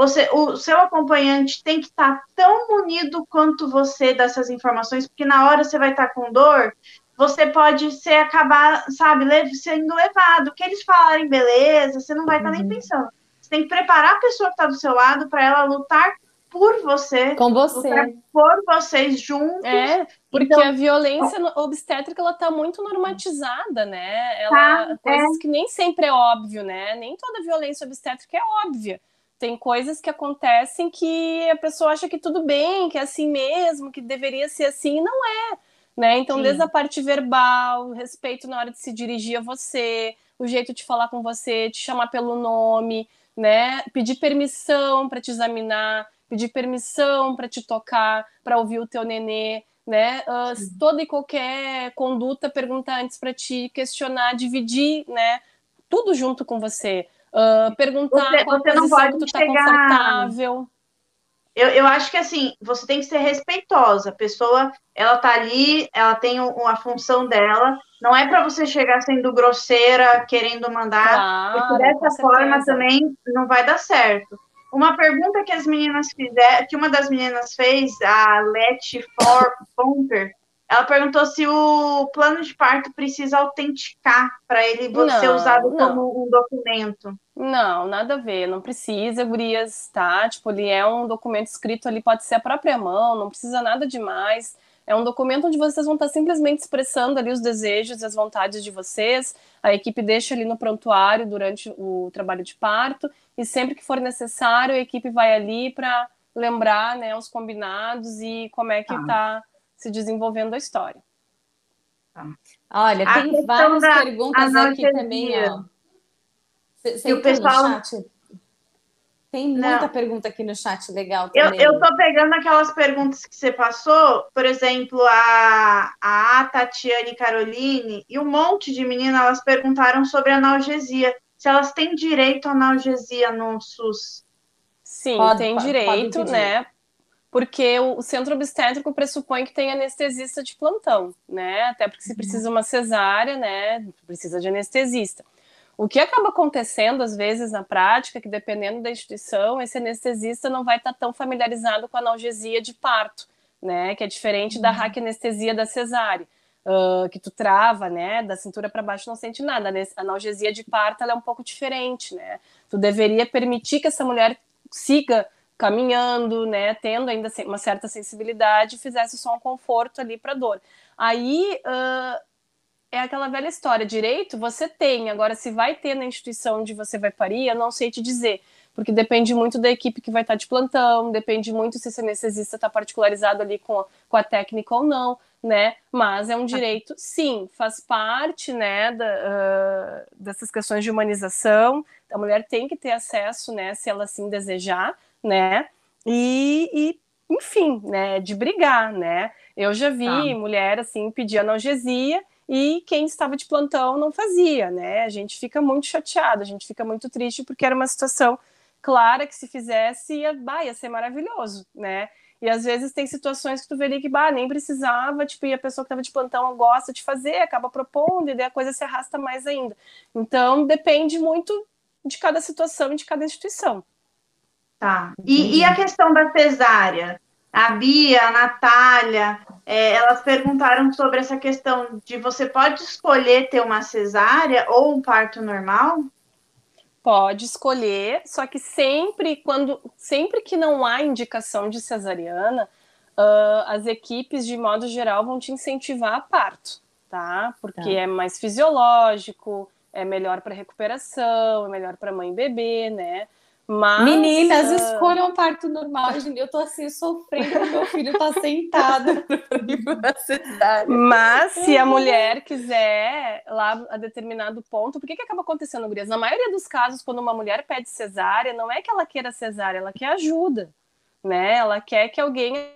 O seu acompanhante tem que estar tão munido quanto você dessas informações, porque na hora você vai estar com dor, você pode acabar, sabe, sendo levado. O que eles falarem, beleza, você não vai estar nem pensando. Você tem que preparar a pessoa que está do seu lado para ela lutar por você. Com você. Lutar por vocês juntos. Porque então, a violência obstétrica, ela tá muito normatizada, né? Coisas que nem sempre é óbvio, né? Nem toda violência obstétrica é óbvia. Tem coisas que acontecem que a pessoa acha que tudo bem, que é assim mesmo, que deveria ser assim, e não é, né? Então, desde a parte verbal, o respeito na hora de se dirigir a você, o jeito de falar com você, te chamar pelo nome, né? Pedir permissão para te examinar, pedir permissão para te tocar, para ouvir o teu nenê, né? Toda e qualquer conduta, perguntar antes para te questionar, dividir, né? Tudo junto com você. Perguntar qual Você não posição que pode tu tá chegar... confortável. Eu acho que, assim, você tem que ser respeitosa. A pessoa, ela tá ali, ela tem a função dela. Não é para você chegar sendo grosseira, querendo mandar, porque Claro, com dessa forma certeza. também não vai dar certo. Uma pergunta que as meninas fizeram, que uma das meninas fez, a Leti Pomper, ela perguntou se o plano de parto precisa autenticar para ele ser Não, usado não. como um documento. Não, nada a ver, não precisa, gurias, tá? Tipo, ele é um documento escrito ali, pode ser a própria mão, não precisa nada demais. É um documento onde vocês vão estar simplesmente expressando ali os desejos e as vontades de vocês. A equipe deixa ali no prontuário durante o trabalho de parto e sempre que for necessário, a equipe vai ali para lembrar, né, os combinados e como é que está se desenvolvendo a história. Olha, A tem questão várias da perguntas aqui também, analgesia. ó. Você Que o entrou no pessoal... chat? Tem muita Não, pergunta aqui no chat legal eu também. tô pegando aquelas perguntas que você passou, por exemplo, a Tatiane Caroline e um monte de meninas, elas perguntaram sobre analgesia, se elas têm direito à analgesia no SUS. Sim, tem Podem direito, pedir. né? Porque o centro obstétrico pressupõe que tem anestesista de plantão, né? Até porque se precisa uma cesárea, né? Precisa de anestesista. O que acaba acontecendo, às vezes, na prática, que dependendo da instituição, esse anestesista não vai estar tão familiarizado com a analgesia de parto, né? Que é diferente da raquianestesia da cesárea, que tu trava, né? Da cintura para baixo não sente nada. A analgesia de parto ela é um pouco diferente, né? Tu deveria permitir que essa mulher siga caminhando, né, tendo ainda uma certa sensibilidade, fizesse só um conforto ali para dor. Aí é aquela velha história, direito você tem, agora se vai ter na instituição onde você vai parir, eu não sei te dizer, porque depende muito da equipe que vai estar de plantão, depende muito se esse anestesista está particularizado ali com a técnica ou não, né, mas é um direito, sim, faz parte, né, dessas questões de humanização, a mulher tem que ter acesso, né, se ela assim desejar, né, e enfim, né, de brigar, né, eu já vi mulher, assim, pedir analgesia e quem estava de plantão não fazia, né, a gente fica muito chateado, a gente fica muito triste porque era uma situação clara que se fizesse ia ser maravilhoso, né, e às vezes tem situações que tu vê ali que nem precisava, tipo, e a pessoa que estava de plantão gosta de fazer, acaba propondo, e daí a coisa se arrasta mais ainda. Então, depende muito de cada situação e de cada instituição. Tá. E a questão da cesárea? A Bia, a Natália, elas perguntaram sobre essa questão de você pode escolher ter uma cesárea ou um parto normal? Pode escolher, só que sempre que não há indicação de cesariana, as equipes, de modo geral, vão te incentivar a parto, tá? Porque é mais fisiológico, é melhor para recuperação, é melhor para mãe e bebê, né? Mas, meninas, escolham um parto normal. Eu tô assim sofrendo que meu filho tá sentado para mim pra cesárea. Mas se a mulher quiser lá a determinado ponto, por que acaba acontecendo, gurias? Na maioria dos casos, quando uma mulher pede cesárea, não é que ela queira cesárea, ela quer ajuda, né? Ela quer que alguém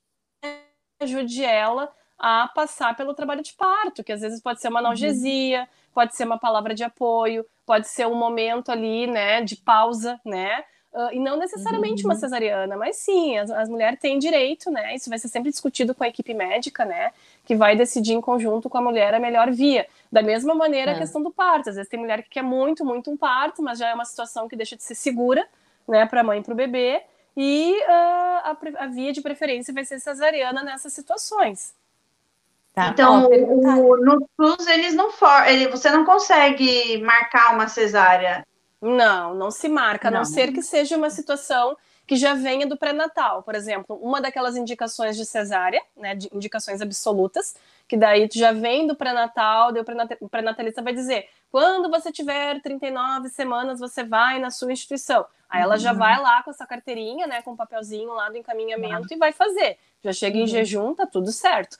ajude ela a passar pelo trabalho de parto, que às vezes pode ser uma analgesia, pode ser uma palavra de apoio, pode ser um momento ali, né, de pausa, né? E não necessariamente uma cesariana, mas sim, as mulheres têm direito, né? Isso vai ser sempre discutido com a equipe médica, né? Que vai decidir em conjunto com a mulher a melhor via. Da mesma maneira a questão do parto. Às vezes tem mulher que quer muito, muito um parto, mas já é uma situação que deixa de ser segura, né, para a mãe e para o bebê. E a via de preferência vai ser cesariana nessas situações. Tá. Então, no SUS, eles não você não consegue marcar uma cesárea. Não se marca, a não ser que seja uma situação que já venha do pré-natal. Por exemplo, uma daquelas indicações de cesárea, né, de indicações absolutas, que daí já vem do pré-natal, daí o pré-natalista vai dizer, quando você tiver 39 semanas, você vai na sua instituição. Aí ela já vai lá com essa carteirinha, né, com o papelzinho lá do encaminhamento e vai fazer. Já chega em jejum, tá tudo certo.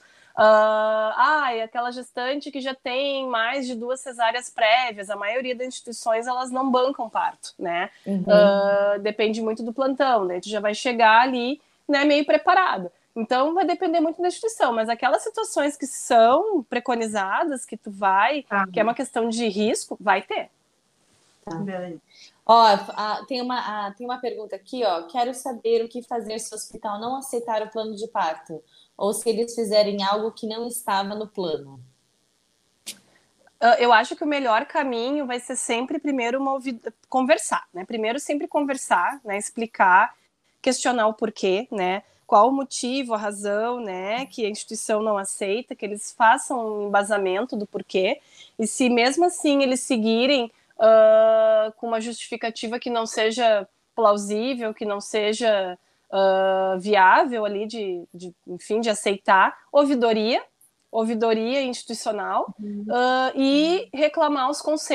Aquela gestante que já tem mais de 2 cesáreas prévias, a maioria das instituições elas não bancam parto, né? Depende muito do plantão, né? Tu já vai chegar ali, né, meio preparado. Então vai depender muito da instituição, mas aquelas situações que são preconizadas, que tu vai, que é uma questão de risco, vai ter. Ó, tem uma pergunta aqui, ó. Quero saber o que fazer se o hospital não aceitar o plano de parto, ou se eles fizerem algo que não estava no plano. Eu acho que o melhor caminho vai ser sempre primeiro conversar, né? Primeiro sempre conversar, né? Explicar, questionar o porquê, né? Qual o motivo, a razão, né? Que a instituição não aceita, que eles façam um embasamento do porquê. E se mesmo assim eles seguirem com uma justificativa que não seja plausível, que não seja viável ali enfim, de aceitar, ouvidoria institucional, e reclamar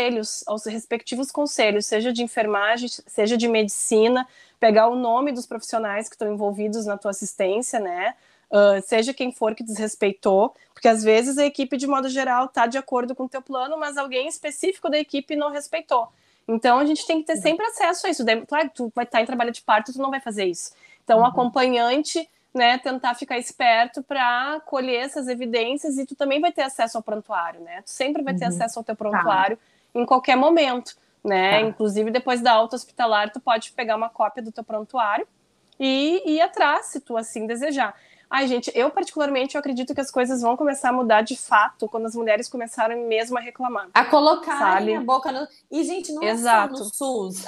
aos respectivos conselhos, seja de enfermagem, seja de medicina, pegar o nome dos profissionais que estão envolvidos na tua assistência, né? Seja quem for que desrespeitou, porque às vezes a equipe, de modo geral, está de acordo com o teu plano, mas alguém específico da equipe não respeitou. Então, a gente tem que ter sempre acesso a isso. Claro, tu vai estar em trabalho de parto, tu não vai fazer isso. Então, o acompanhante, né, tentar ficar esperto para colher essas evidências, e tu também vai ter acesso ao prontuário, né? Tu sempre vai ter acesso ao teu prontuário em qualquer momento, né? Inclusive, depois da alta hospitalar, tu pode pegar uma cópia do teu prontuário e ir atrás, se tu assim desejar. Ai, gente, eu particularmente eu acredito que as coisas vão começar a mudar de fato quando as mulheres começarem mesmo a reclamar. A colocarem sabe? a boca no... E, gente, não Exato. é só no SUS.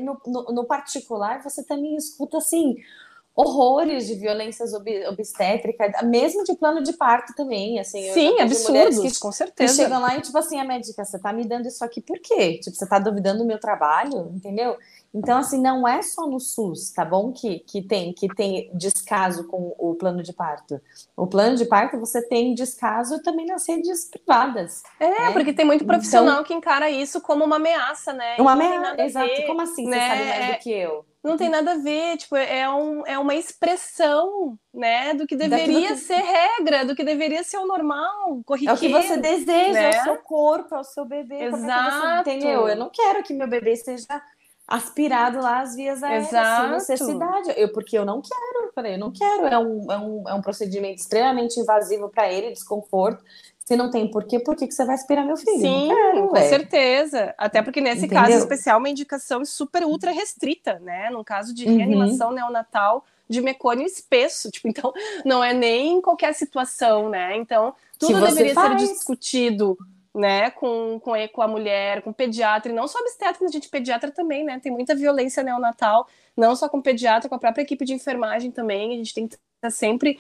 No particular, você também escuta, assim, horrores de violências obstétricas, mesmo de plano de parto também, assim. Sim, absurdos, com que certeza. chegam lá e, tipo assim, a médica, você tá me dando isso aqui por quê? Tipo, você tá duvidando do meu trabalho, entendeu? Então, assim, não é só no SUS, tá bom? Que tem descaso com o plano de parto. O plano de parto, você tem descaso também nas redes privadas. É, né? porque tem muito profissional que encara isso como uma ameaça, né? Uma E não tem ameaça, nada a exato. ver, Como assim? né? Você sabe mais do que eu? Não tem nada a ver, tipo, é uma expressão, né, do que deveria ser regra, do que deveria ser o normal, corriqueiro. É o que você deseja, né? É o seu corpo, é o seu bebê. Exato. Como é que você entendeu? Eu não quero que meu bebê seja aspirado lá às vias aéreas sem necessidade. Porque eu não quero, eu não quero. É um procedimento extremamente invasivo para ele, desconforto. Se não tem porquê, por que você vai aspirar meu filho? Sim, não quero, com certeza. Até porque nesse Entendeu? caso especial, uma indicação super ultra restrita, né? No caso de reanimação neonatal de mecônio espesso, tipo, então não é nem qualquer situação, né? Então, tudo deveria ser discutido, né, com a mulher, com o pediatra, e não só obstetra, a gente pediatra também, né? Tem muita violência neonatal, não só com o pediatra, com a própria equipe de enfermagem também. A gente tem que estar sempre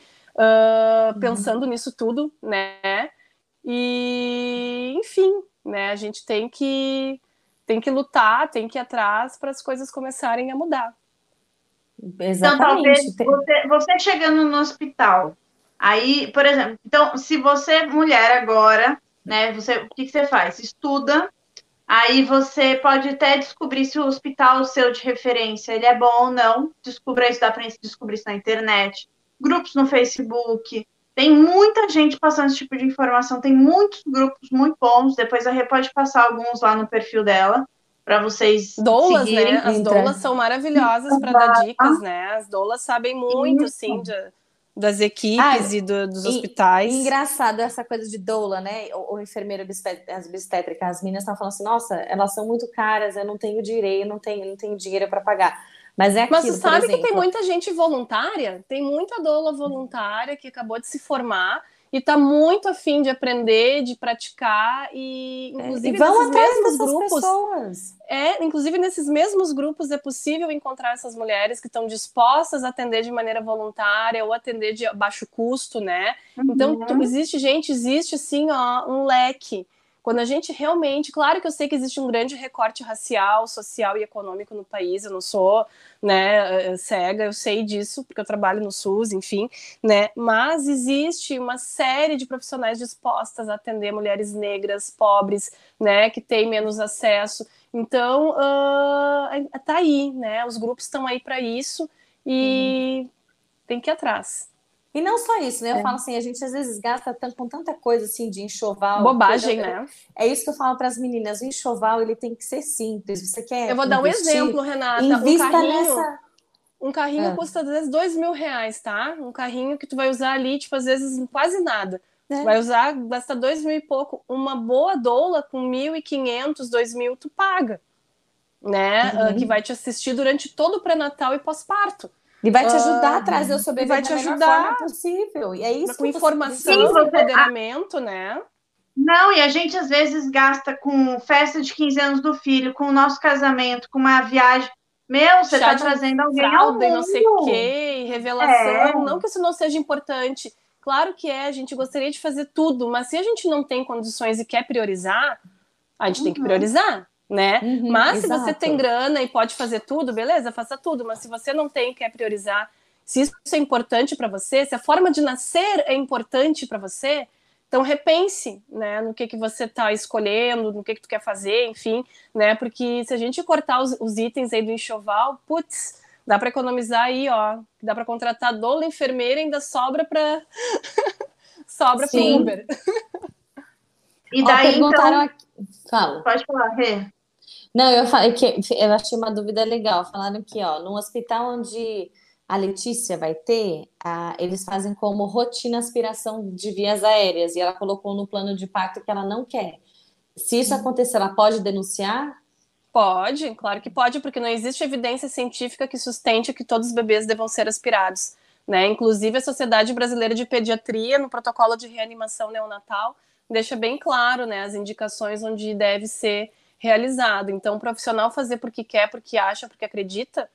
pensando nisso tudo, né? E, enfim, né? A gente tem que lutar, tem que ir atrás para as coisas começarem a mudar. Exatamente. Então, talvez você chegando no hospital, aí, por exemplo, então, se você é mulher agora, né, o que você faz? Estuda, aí você pode até descobrir se o hospital seu de referência ele é bom ou não. Descubra isso, dá para descobrir isso na internet, grupos no Facebook. Tem muita gente passando esse tipo de informação, tem muitos grupos muito bons. Depois a Rê pode passar alguns lá no perfil dela para vocês doulas, seguirem. Né? As doulas são maravilhosas para dar dicas, né? As doulas sabem muito, assim, das equipes e dos hospitais. Engraçado essa coisa de doula, né? O enfermeiro obstétrica, as meninas estão falando assim, nossa, elas são muito caras, eu não tenho direito, não tenho dinheiro para pagar. Mas é aquilo, Mas você sabe que tem muita gente voluntária? Tem muita doula voluntária que acabou de se formar e está muito afim de aprender, de praticar, e inclusive nesses mesmos grupos. Pessoas. Inclusive nesses mesmos grupos é possível encontrar essas mulheres que estão dispostas a atender de maneira voluntária ou atender de baixo custo, né? Então, existe sim, ó, um leque. Quando a gente realmente... Claro que eu sei que existe um grande recorte racial, social e econômico no país, eu não sou, né, cega, eu sei disso, porque eu trabalho no SUS, enfim, né, mas existe uma série de profissionais dispostas a atender mulheres negras, pobres, né, que têm menos acesso. Então, tá aí, né, os grupos estão aí para isso e tem que ir atrás. E não só isso, né? Eu falo assim, a gente às vezes gasta com tanta coisa assim de enxoval. Bobagem, né? É isso que eu falo para as meninas. O enxoval, ele tem que ser simples. Você quer Eu vou dar um exemplo, Renata. Um carrinho custa às vezes R$2.000, tá? Um carrinho que tu vai usar ali, tipo, às vezes quase nada. Vai usar, gasta 2.000 e pouco. Uma boa doula com 1.500, 2.000, tu paga. né? Que vai te assistir durante todo o pré-natal e pós-parto. E vai te ajudar a trazer o seu E bebê vai da te melhor ajudar forma possível. E é isso com que você informação, precisa. empoderamento, né? Não, e a gente às vezes gasta com festa de 15 anos do filho, com o nosso casamento, com uma viagem. Meu, você Chá tá de trazendo alguém ao fralda e não sei o mundo. quê, e É, revelação. Não que isso não seja importante. Claro que é, a gente gostaria de fazer tudo, mas se a gente não tem condições e quer priorizar, a gente tem que priorizar, né? Mas se você tem Exato. grana e pode fazer tudo, beleza, faça tudo. Mas se você não tem e quer priorizar, se isso é importante para você, se a forma de nascer é importante para você, então repense, né, no que você está escolhendo, no que tu quer fazer, enfim, né? Porque se a gente cortar os itens aí do enxoval, putz, dá para economizar aí, ó, dá para contratar doula, enfermeira, e ainda sobra para sobra para Sim. Uber. e Ó, daí perguntaram então, aqui. Fala. pode falar, Rê. Não, eu falei que eu achei uma dúvida legal. Falaram que, ó, no hospital onde a Letícia vai ter, eles fazem como rotina aspiração de vias aéreas, e ela colocou no plano de parto que ela não quer. Se isso acontecer, ela pode denunciar? Pode, claro que pode, porque não existe evidência científica que sustente que todos os bebês devam ser aspirados, né? Inclusive a Sociedade Brasileira de Pediatria, no protocolo de reanimação neonatal, deixa bem claro, né, as indicações onde deve ser realizado. Então, o profissional fazer porque quer, porque acha, porque acredita,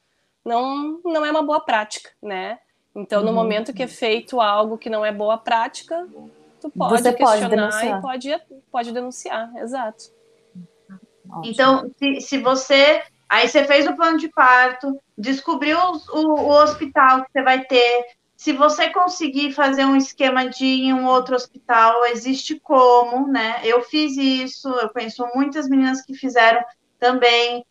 não é uma boa prática, né? Então, no momento que é feito algo que não é boa prática, tu pode Você pode questionar e denunciar. pode denunciar, exato. Ótimo. Então, se você. Aí você fez o plano de parto, descobriu o hospital que você vai ter. Se você conseguir fazer um esquema de ir em um outro hospital, existe como, né? Eu fiz isso, eu conheço muitas meninas que fizeram também.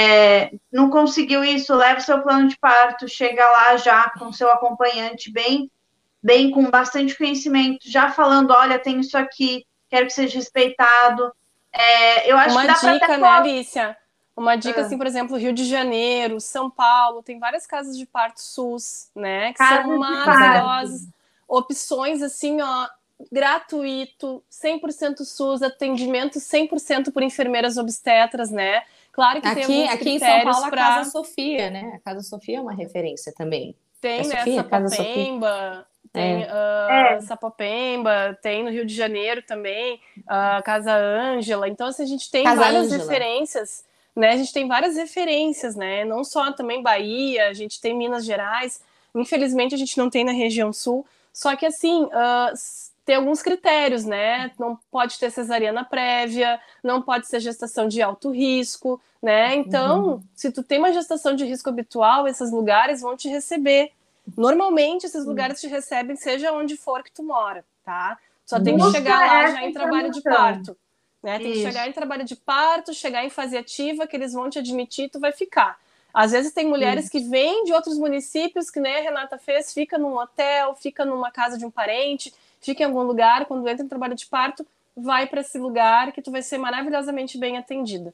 Não conseguiu isso, leva o seu plano de parto, chega lá já com seu acompanhante bem com bastante conhecimento, já falando, olha, tem isso aqui, quero que seja respeitado. Eu acho que Uma dá para até dica, né, Alicia? Uma dica, Ah. assim, por exemplo, Rio de Janeiro, São Paulo, tem várias casas de parto SUS, né, que Casas são de maravilhosas. Opções, assim, ó, gratuito, 100% SUS, atendimento 100% por enfermeiras obstetras, né? Claro que tem alguns Aqui em São critérios Paulo, a para... Casa Sofia, né? A Casa Sofia é uma referência também. É Tem, né, Sofia? Casa Sofia? Sapopemba, tem É, Sapopemba, tem no Rio de Janeiro também, Casa Ângela. Então, assim, a gente tem Casa várias Ângela. referências, né? A gente tem várias referências, né? Não só também Bahia, a gente tem Minas Gerais. Infelizmente, a gente não tem na região sul. Só que, assim, tem alguns critérios, né? Não pode ter cesariana prévia, não pode ser gestação de alto risco, né? Então, se tu tem uma gestação de risco habitual, esses lugares vão te receber. Normalmente, esses lugares te recebem, seja onde for que tu mora, tá? Só tem que busca chegar lá essa já em trabalho de informação. parto, né? Tem que Isso. chegar em trabalho de parto, chegar em fase ativa, que eles vão te admitir, tu vai ficar. Às vezes tem mulheres que vêm de outros municípios, que nem a Renata fez, fica num hotel, fica numa casa de um parente, fica em algum lugar, quando entra em trabalho de parto, vai para esse lugar que tu vai ser maravilhosamente bem atendida.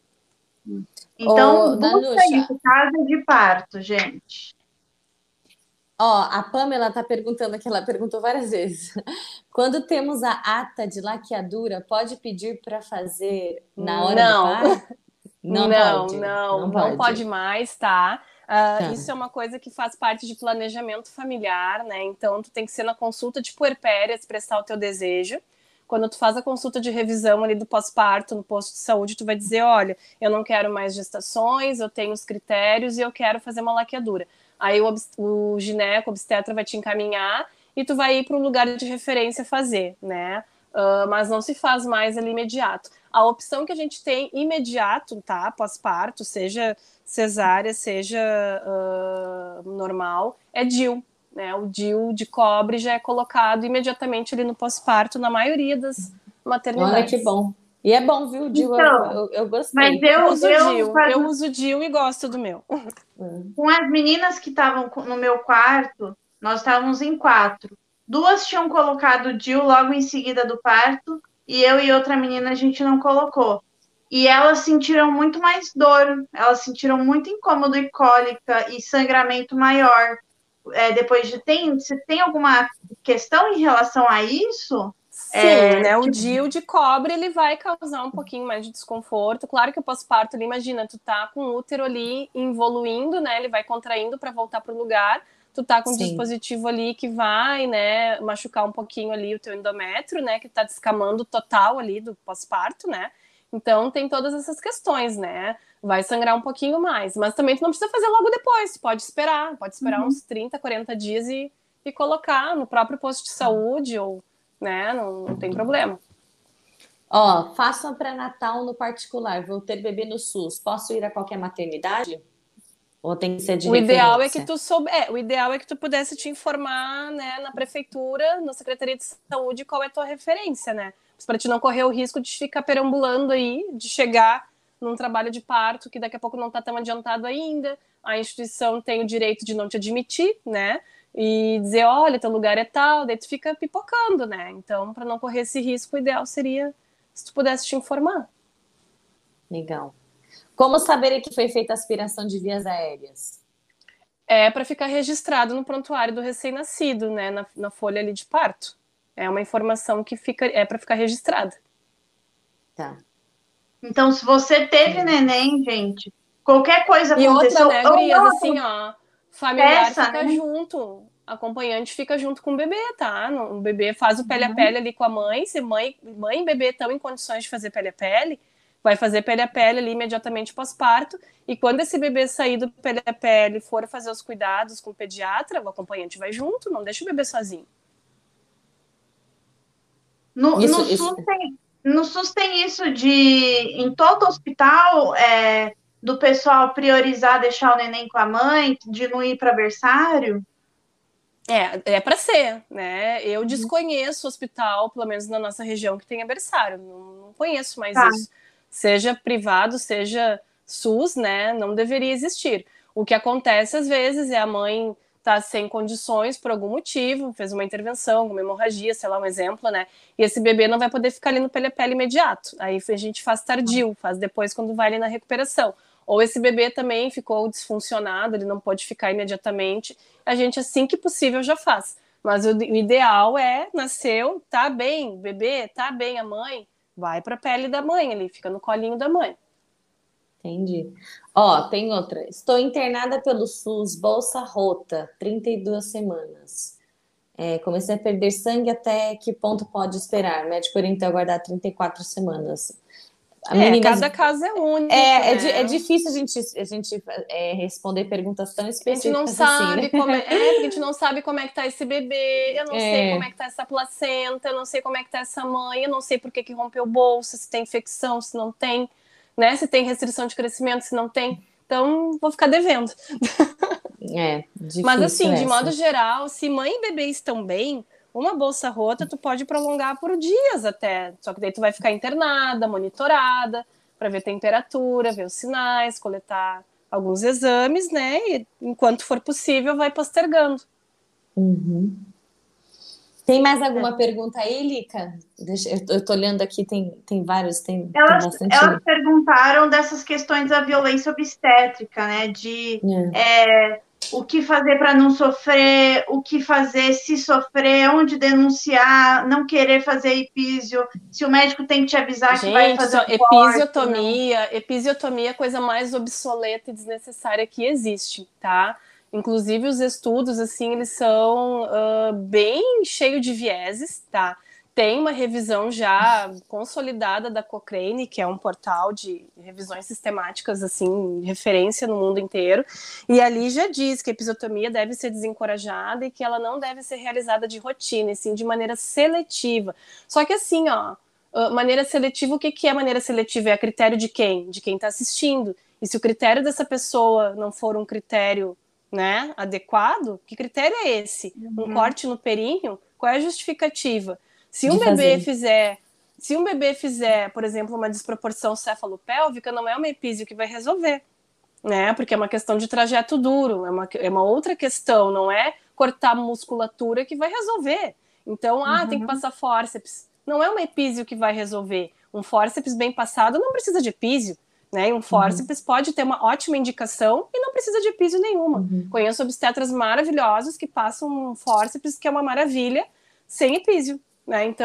Então, busca Danúcia, isso, casa de parto, gente. ó, a Pamela tá perguntando aqui, ela perguntou várias vezes. Quando temos a ata de laqueadura, pode pedir para fazer na hora do parto? Não pode mais, tá? Tá. Isso é uma coisa que faz parte de planejamento familiar, né? Então, tu tem que ser na consulta de puerpéria, expressar o teu desejo. Quando tu faz a consulta de revisão ali do pós-parto no posto de saúde, tu vai dizer, olha, eu não quero mais gestações, eu tenho os critérios e eu quero fazer uma laqueadura. Aí o gineco, obstetra vai te encaminhar e tu vai ir para um lugar de referência fazer, né? Mas não se faz mais ali imediato. A opção que a gente tem imediato, tá? Pós-parto, seja cesárea, seja normal, é DIU. Né? O DIU de cobre já é colocado imediatamente ali no pós-parto na maioria das maternidades. Olha que bom. E é bom, viu, Dil? Então, eu gostei. mas eu uso DIU e gosto do meu. Com as meninas que estavam no meu quarto, nós estávamos em 4. 2 tinham colocado o DIU logo em seguida do parto, e eu e outra menina a gente não colocou. E elas sentiram muito mais dor, elas sentiram muito incômodo e cólica e sangramento maior. Depois de você tem alguma questão em relação a isso? Sim, né? O DIU de cobre, ele vai causar um pouquinho mais de desconforto. Claro que o pós-parto, ali, imagina, tu tá com o útero ali involuindo, né? Ele vai contraindo para voltar pro lugar. Tu tá com um dispositivo ali que vai, né, machucar um pouquinho ali o teu endométrio, né? Que tá descamando total ali do pós-parto, né? Então, tem todas essas questões, né? Vai sangrar um pouquinho mais. Mas também tu não precisa fazer logo depois. Tu pode esperar uns 30, 40 dias e colocar no próprio posto de saúde ou, né? Não tem problema. Ó, faço um pré-natal no particular, vou ter bebê no SUS. Posso ir a qualquer maternidade? Ou tem que ser de O ideal é referência? que tu o ideal é que tu pudesse te informar, né, na prefeitura, na Secretaria de Saúde, qual é a tua referência, né? Para te não correr o risco de ficar perambulando aí, de chegar num trabalho de parto que daqui a pouco não está tão adiantado ainda, a instituição tem o direito de não te admitir, né? E dizer, olha, teu lugar é tal, daí tu fica pipocando, né? Então, para não correr esse risco, o ideal seria se tu pudesse te informar. Legal. Como saber que foi feita a aspiração de vias aéreas? É para ficar registrado no prontuário do recém-nascido, né? Na folha ali de parto. É uma informação que é para ficar registrada. Tá. Então, se você teve neném, gente, qualquer coisa aconteceu... E outra, né, gurias, assim, ó, familiar fica né? junto, acompanhante fica junto com o bebê, tá? O bebê faz o pele a pele ali com a mãe, se mãe e bebê estão em condições de fazer pele a pele, vai fazer pele a pele ali imediatamente pós-parto, e quando esse bebê sair do pele a pele e for fazer os cuidados com o pediatra, o acompanhante vai junto, não deixa o bebê sozinho. No SUS tem isso de, em todo hospital, do pessoal priorizar deixar o neném com a mãe, de não ir para berçário? É para ser, né? Eu desconheço hospital, pelo menos na nossa região, que tenha berçário. Não conheço mais isso. Seja privado, seja SUS, né? Não deveria existir. O que acontece às vezes é a mãe tá sem condições por algum motivo, fez uma intervenção, uma hemorragia, sei lá, um exemplo, né? E esse bebê não vai poder ficar ali no pele-a-pele imediato. Aí a gente faz tardio, faz depois quando vai ali na recuperação. Ou esse bebê também ficou disfuncionado, ele não pode ficar imediatamente. A gente, assim que possível, já faz. Mas o ideal é, nasceu, tá bem, bebê, tá bem, a mãe, vai pra pele da mãe ali, fica no colinho da mãe. Entendi. Ó, tem outra. Estou internada pelo SUS, bolsa rota, 32 semanas. Comecei a perder sangue, até que ponto pode esperar? Médico orienta aguardar 34 semanas. Cada caso é único, é difícil a gente responder perguntas tão específicas. A gente não sabe porque a gente não sabe como é que tá esse bebê, eu não sei como é que tá essa placenta, eu não sei como é que tá essa mãe, eu não sei por que rompeu bolsa, se tem infecção, se não tem, né? Se tem restrição de crescimento, se não tem. Então, vou ficar devendo. Difícil. Mas assim, de modo geral, se mãe e bebê estão bem, uma bolsa rota tu pode prolongar por dias até. Só que daí tu vai ficar internada, monitorada, para ver temperatura, ver os sinais, coletar alguns exames, né? E enquanto for possível, vai postergando. Uhum. Tem mais alguma pergunta aí, Lica? Eu tô olhando aqui, tem vários, tem bastante. Elas perguntaram dessas questões da violência obstétrica, né? O que fazer para não sofrer, o que fazer se sofrer, onde denunciar, não querer fazer epísio, se o médico tem que te avisar que vai fazer episiotomia é a coisa mais obsoleta e desnecessária que existe, tá? Inclusive os estudos, assim, eles são bem cheios de vieses, tá? Tem uma revisão já consolidada da Cochrane, que é um portal de revisões sistemáticas, assim, referência no mundo inteiro, e ali já diz que a episiotomia deve ser desencorajada e que ela não deve ser realizada de rotina, e sim de maneira seletiva. Só que assim, maneira seletiva, o que é maneira seletiva? É a critério de quem? De quem está assistindo. E se o critério dessa pessoa não for um critério, né, adequado, que critério é esse? Um corte no períneo? Qual é a justificativa? Se um bebê fizer, por exemplo, uma desproporção cefalopélvica, não é uma epísio que vai resolver, né? Porque é uma questão de trajeto duro, é uma outra questão, não é cortar musculatura que vai resolver. Então, tem que passar fórceps. Não é uma epísio que vai resolver. Um fórceps bem passado não precisa de epísio, né? E um fórceps pode ter uma ótima indicação e não precisa de epísio nenhuma. Conheço obstetras maravilhosos que passam um fórceps que é uma maravilha sem epísio. Né? Então,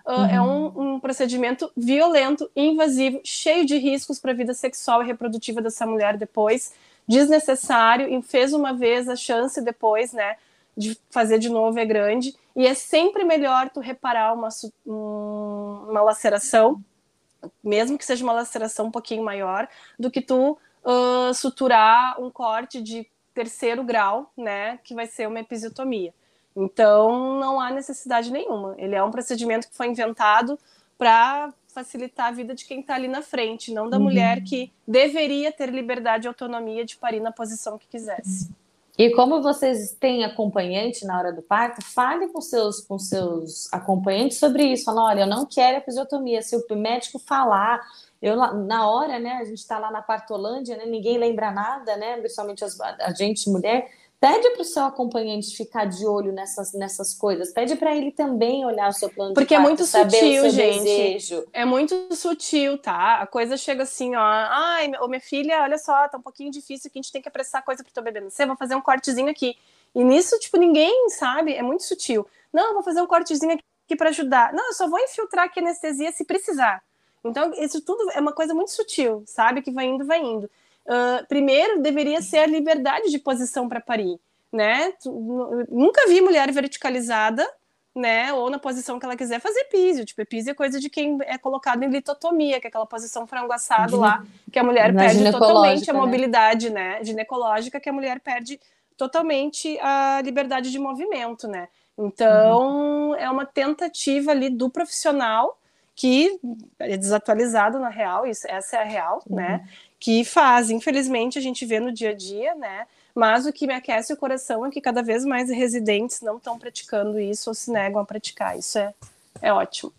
é um procedimento violento, invasivo, cheio de riscos para a vida sexual e reprodutiva dessa mulher depois, desnecessário, e fez uma vez, a chance depois, né, de fazer de novo é grande, e é sempre melhor tu reparar uma laceração, mesmo que seja uma laceração um pouquinho maior, do que tu suturar um corte de 3º grau, né, que vai ser uma episiotomia. Então, não há necessidade nenhuma. Ele é um procedimento que foi inventado para facilitar a vida de quem está ali na frente, não da mulher que deveria ter liberdade e autonomia de parir na posição que quisesse. E como vocês têm acompanhante na hora do parto, fale com seus acompanhantes sobre isso. Fala, olha, eu não quero episiotomia. Se o médico falar, na hora, né, a gente está lá na Partolândia, né, ninguém lembra nada, né, principalmente a gente, mulher, pede para o seu acompanhante ficar de olho nessas coisas. Pede para ele também olhar o seu plano porque de parto, é muito saber sutil, o seu gente. desejo. É muito sutil, tá? A coisa chega assim, ó. Ai, minha filha, olha só, tá um pouquinho difícil aqui, a gente tem que apressar a coisa pro teu bebê nascer, vou fazer um cortezinho aqui. E nisso, tipo, ninguém sabe, é muito sutil. Não, eu vou fazer um cortezinho aqui para ajudar. Não, eu só vou infiltrar aqui anestesia se precisar. Então, isso tudo é uma coisa muito sutil, sabe? Que vai indo, vai indo. Primeiro, deveria ser a liberdade de posição para parir, né? Nunca vi mulher verticalizada, né? Ou na posição que ela quiser fazer epísio. Tipo, epísio é coisa de quem é colocado em litotomia, que é aquela posição frango assado lá, que a mulher perde totalmente a mobilidade, né? Ginecológica, que a mulher perde totalmente a liberdade de movimento, né? Então, é uma tentativa ali do profissional que é desatualizado na real, essa é a real, né? Que faz, infelizmente, a gente vê no dia a dia, né? Mas o que me aquece o coração é que cada vez mais residentes não estão praticando isso ou se negam a praticar. Isso é ótimo.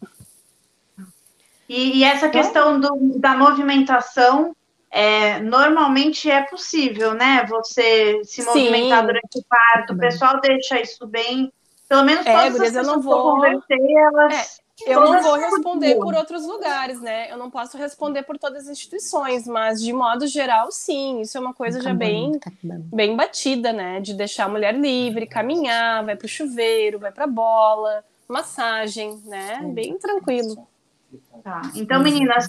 E essa questão da movimentação, normalmente é possível, né? Você se movimentar durante o parto, o pessoal deixa isso bem. Pelo menos todas as pessoas que eu conversei, elas... Eu não vou responder por outros lugares, né? Eu não posso responder por todas as instituições, mas de modo geral, sim. Isso é uma coisa já bem batida, né? De deixar a mulher livre, caminhar, vai pro chuveiro, vai pra bola, massagem, né? Bem tranquilo. Tá. Então, meninas,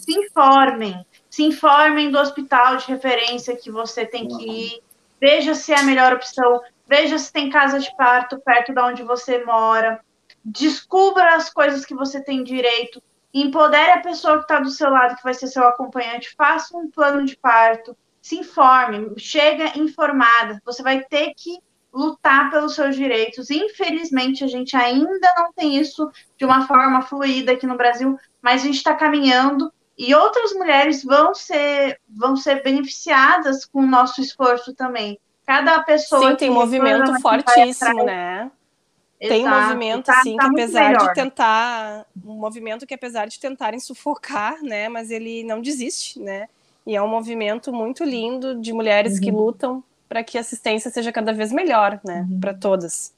se informem do hospital de referência que você tem que ir, veja se é a melhor opção, veja se tem casa de parto perto de onde você mora. Descubra as coisas que você tem direito, empodere a pessoa que está do seu lado, que vai ser seu acompanhante, faça um plano de parto, se informe, chega informada, você vai ter que lutar pelos seus direitos. Infelizmente, a gente ainda não tem isso de uma forma fluida aqui no Brasil, mas a gente está caminhando e outras mulheres vão ser beneficiadas com o nosso esforço também. Cada pessoa tem um movimento fortíssimo, né? Tem um movimento, assim, que apesar de tentar... Um movimento que apesar de tentarem sufocar, né? Mas ele não desiste, né? E é um movimento muito lindo de mulheres que lutam para que a assistência seja cada vez melhor, né? Para todas.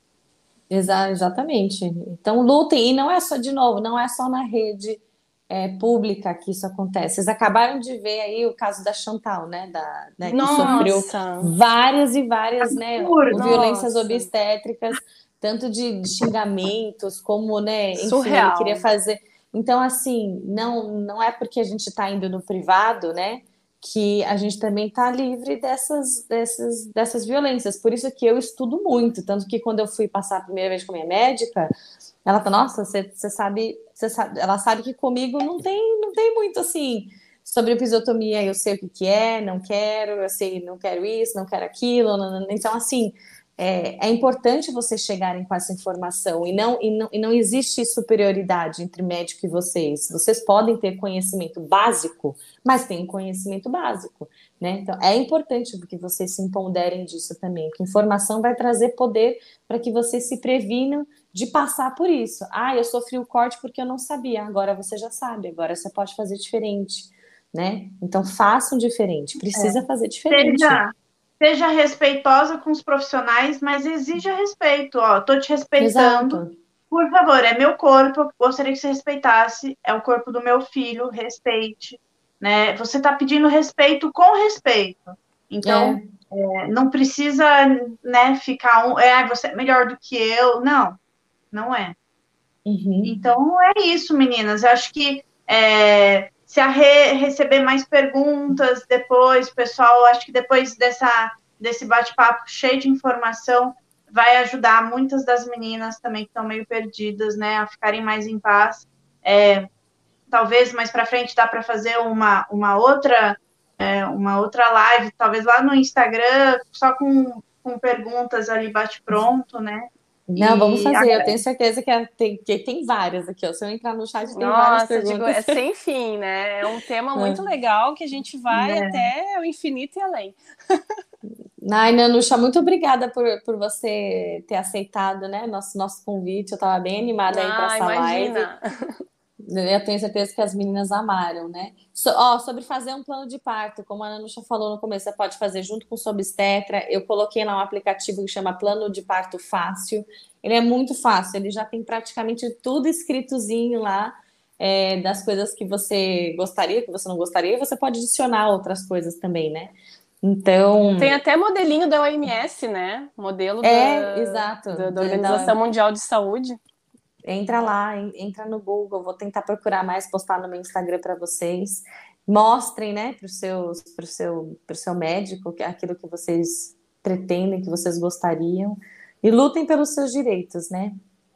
Exatamente. Então, lutem. E não é só, de novo, não é só na rede pública que isso acontece. Vocês acabaram de ver aí o caso da Chantal, né? Que sofreu várias e várias, né? Violências obstétricas, tanto de xingamentos, como, né? Enfim, surreal. Ele queria fazer. Então, assim, não é porque a gente está indo no privado, né? Que a gente também está livre dessas violências. Por isso que eu estudo muito. Tanto que quando eu fui passar a primeira vez com a minha médica, ela falou, nossa, você sabe, ela sabe que comigo não tem muito assim sobre episiotomia, eu sei o que é, não quero, eu sei, não quero isso, não quero aquilo. Então, assim, é importante vocês chegarem com essa informação e não existe superioridade entre médico e vocês. Vocês podem ter conhecimento básico, mas tem um conhecimento básico, né? Então, é importante que vocês se empoderem disso também, que informação vai trazer poder para que vocês se previnam de passar por isso. Eu sofri o corte porque eu não sabia. Agora você já sabe, agora você pode fazer diferente, né? Então, façam diferente. Precisa fazer diferente. Seja respeitosa com os profissionais, mas exija respeito. Tô te respeitando. Exato. Por favor, é meu corpo, eu gostaria que você respeitasse. É o corpo do meu filho, respeite. Né? Você está pedindo respeito com respeito. Então, não precisa, né, ficar você é melhor do que eu. Não é. Então, é isso, meninas. Eu acho que se a receber mais perguntas depois, pessoal, acho que depois desse bate-papo cheio de informação, vai ajudar muitas das meninas também que estão meio perdidas, né, a ficarem mais em paz. Talvez mais para frente dá para fazer uma outra live, talvez lá no Instagram, só com perguntas ali bate-pronto, né? Não, vamos fazer. Eu tenho certeza que tem várias aqui, ó. Se eu entrar no chat, tem várias perguntas. Digo, é sem fim, né? É um tema muito legal que a gente vai até o infinito e além. Ai, Nanuxa, muito obrigada por você ter aceitado, né, nosso convite. Eu estava bem animada aí para essa imagina. live. Eu tenho certeza que as meninas amaram, né? Sobre fazer um plano de parto, como a Nanuxa falou no começo, você pode fazer junto com o seu obstetra. Eu coloquei lá um aplicativo que chama Plano de Parto Fácil. Ele é muito fácil, ele já tem praticamente tudo escritozinho lá, das coisas que você gostaria, que você não gostaria, e você pode adicionar outras coisas também, né? Então. Tem até modelinho da OMS, né? Modelo exato, da Organização Mundial de Saúde. Entra lá, entra no Google, vou tentar procurar mais, postar no meu Instagram para vocês. Mostrem, né, para o seu médico aquilo que vocês pretendem, que vocês gostariam. E lutem pelos seus direitos, né?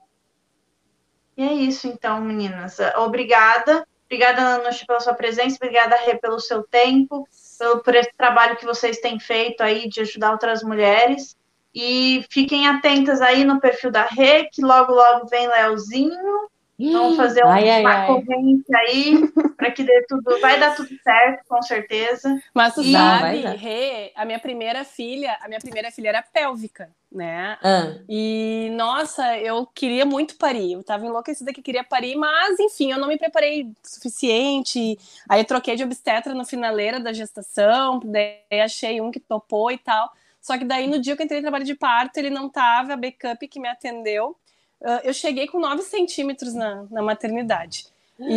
E é isso, então, meninas. Obrigada. Obrigada, Nanuxa, pela sua presença. Obrigada, Rê, pelo seu tempo, por esse trabalho que vocês têm feito aí de ajudar outras mulheres. E fiquem atentas aí no perfil da Rê, que logo, logo vem Leozinho. Vamos fazer uma corrente aí, para que dê tudo. Vai dar tudo certo, com certeza. Mas tu sabe, Rê, a minha primeira filha era pélvica, né? E, nossa, eu queria muito parir. Eu tava enlouquecida que queria parir, mas, enfim, eu não me preparei o suficiente. Aí eu troquei de obstetra na finaleira da gestação, daí achei um que topou e tal. Só que daí, no dia que eu entrei em trabalho de parto, ele não tava, a backup que me atendeu. Eu cheguei com 9 centímetros na maternidade.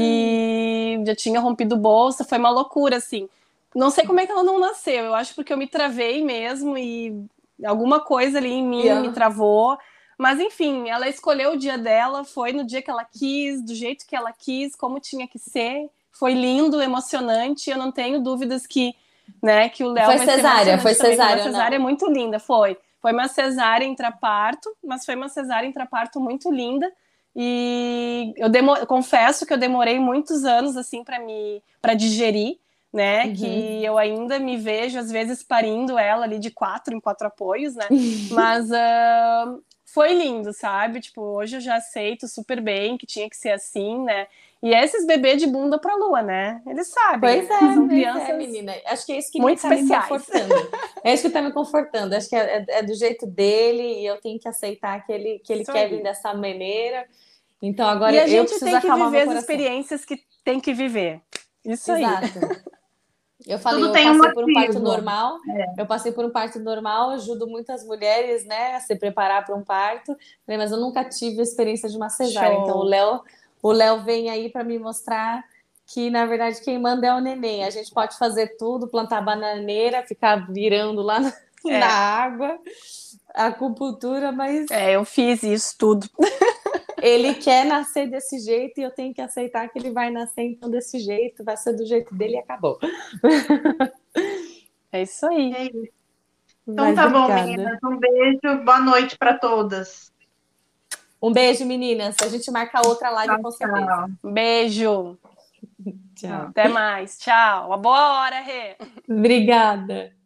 E já tinha rompido bolsa, foi uma loucura, assim. Não sei como é que ela não nasceu, eu acho porque eu me travei mesmo e alguma coisa ali em mim me travou. Mas, enfim, ela escolheu o dia dela, foi no dia que ela quis, do jeito que ela quis, como tinha que ser. Foi lindo, emocionante, eu não tenho dúvidas que o Léo vai ser foi cesárea, uma cesárea muito linda, foi uma cesárea intraparto, mas foi uma cesárea intraparto muito linda. E eu confesso que eu demorei muitos anos assim para digerir, né? Que eu ainda me vejo às vezes parindo ela ali de 4 em 4 apoios, né? Mas foi lindo, sabe? Tipo, hoje eu já aceito super bem que tinha que ser assim, né? E esses bebês de bunda pra lua, né? Eles sabem. Pois né? São crianças menina. Acho que é isso que muito tá especiais. me confortando. É isso que tá me confortando. Acho que é do jeito dele e eu tenho que aceitar que ele quer vir dessa maneira. Então agora eu preciso acalmar meu coração. E a gente tem que viver as experiências que tem que viver. Isso aí. Exato. Eu falei, Tudo eu passei por um parto normal. Eu passei por um parto normal, ajudo muitas mulheres, né, a se preparar para um parto. Mas eu nunca tive a experiência de uma cesárea. Show. Então o Léo vem aí para me mostrar que, na verdade, quem manda é o neném. A gente pode fazer tudo, plantar bananeira, ficar virando lá na água, acupuntura, mas... eu fiz isso tudo. Ele quer nascer desse jeito e eu tenho que aceitar que ele vai nascer então desse jeito, vai ser do jeito dele e acabou. É isso aí. É isso. Então tá bom, meninas. Um beijo, boa noite para todas. Um beijo, meninas. A gente marca outra live com certeza. Beijo. Tchau. Até mais. Tchau. Uma boa hora, Rê. Obrigada.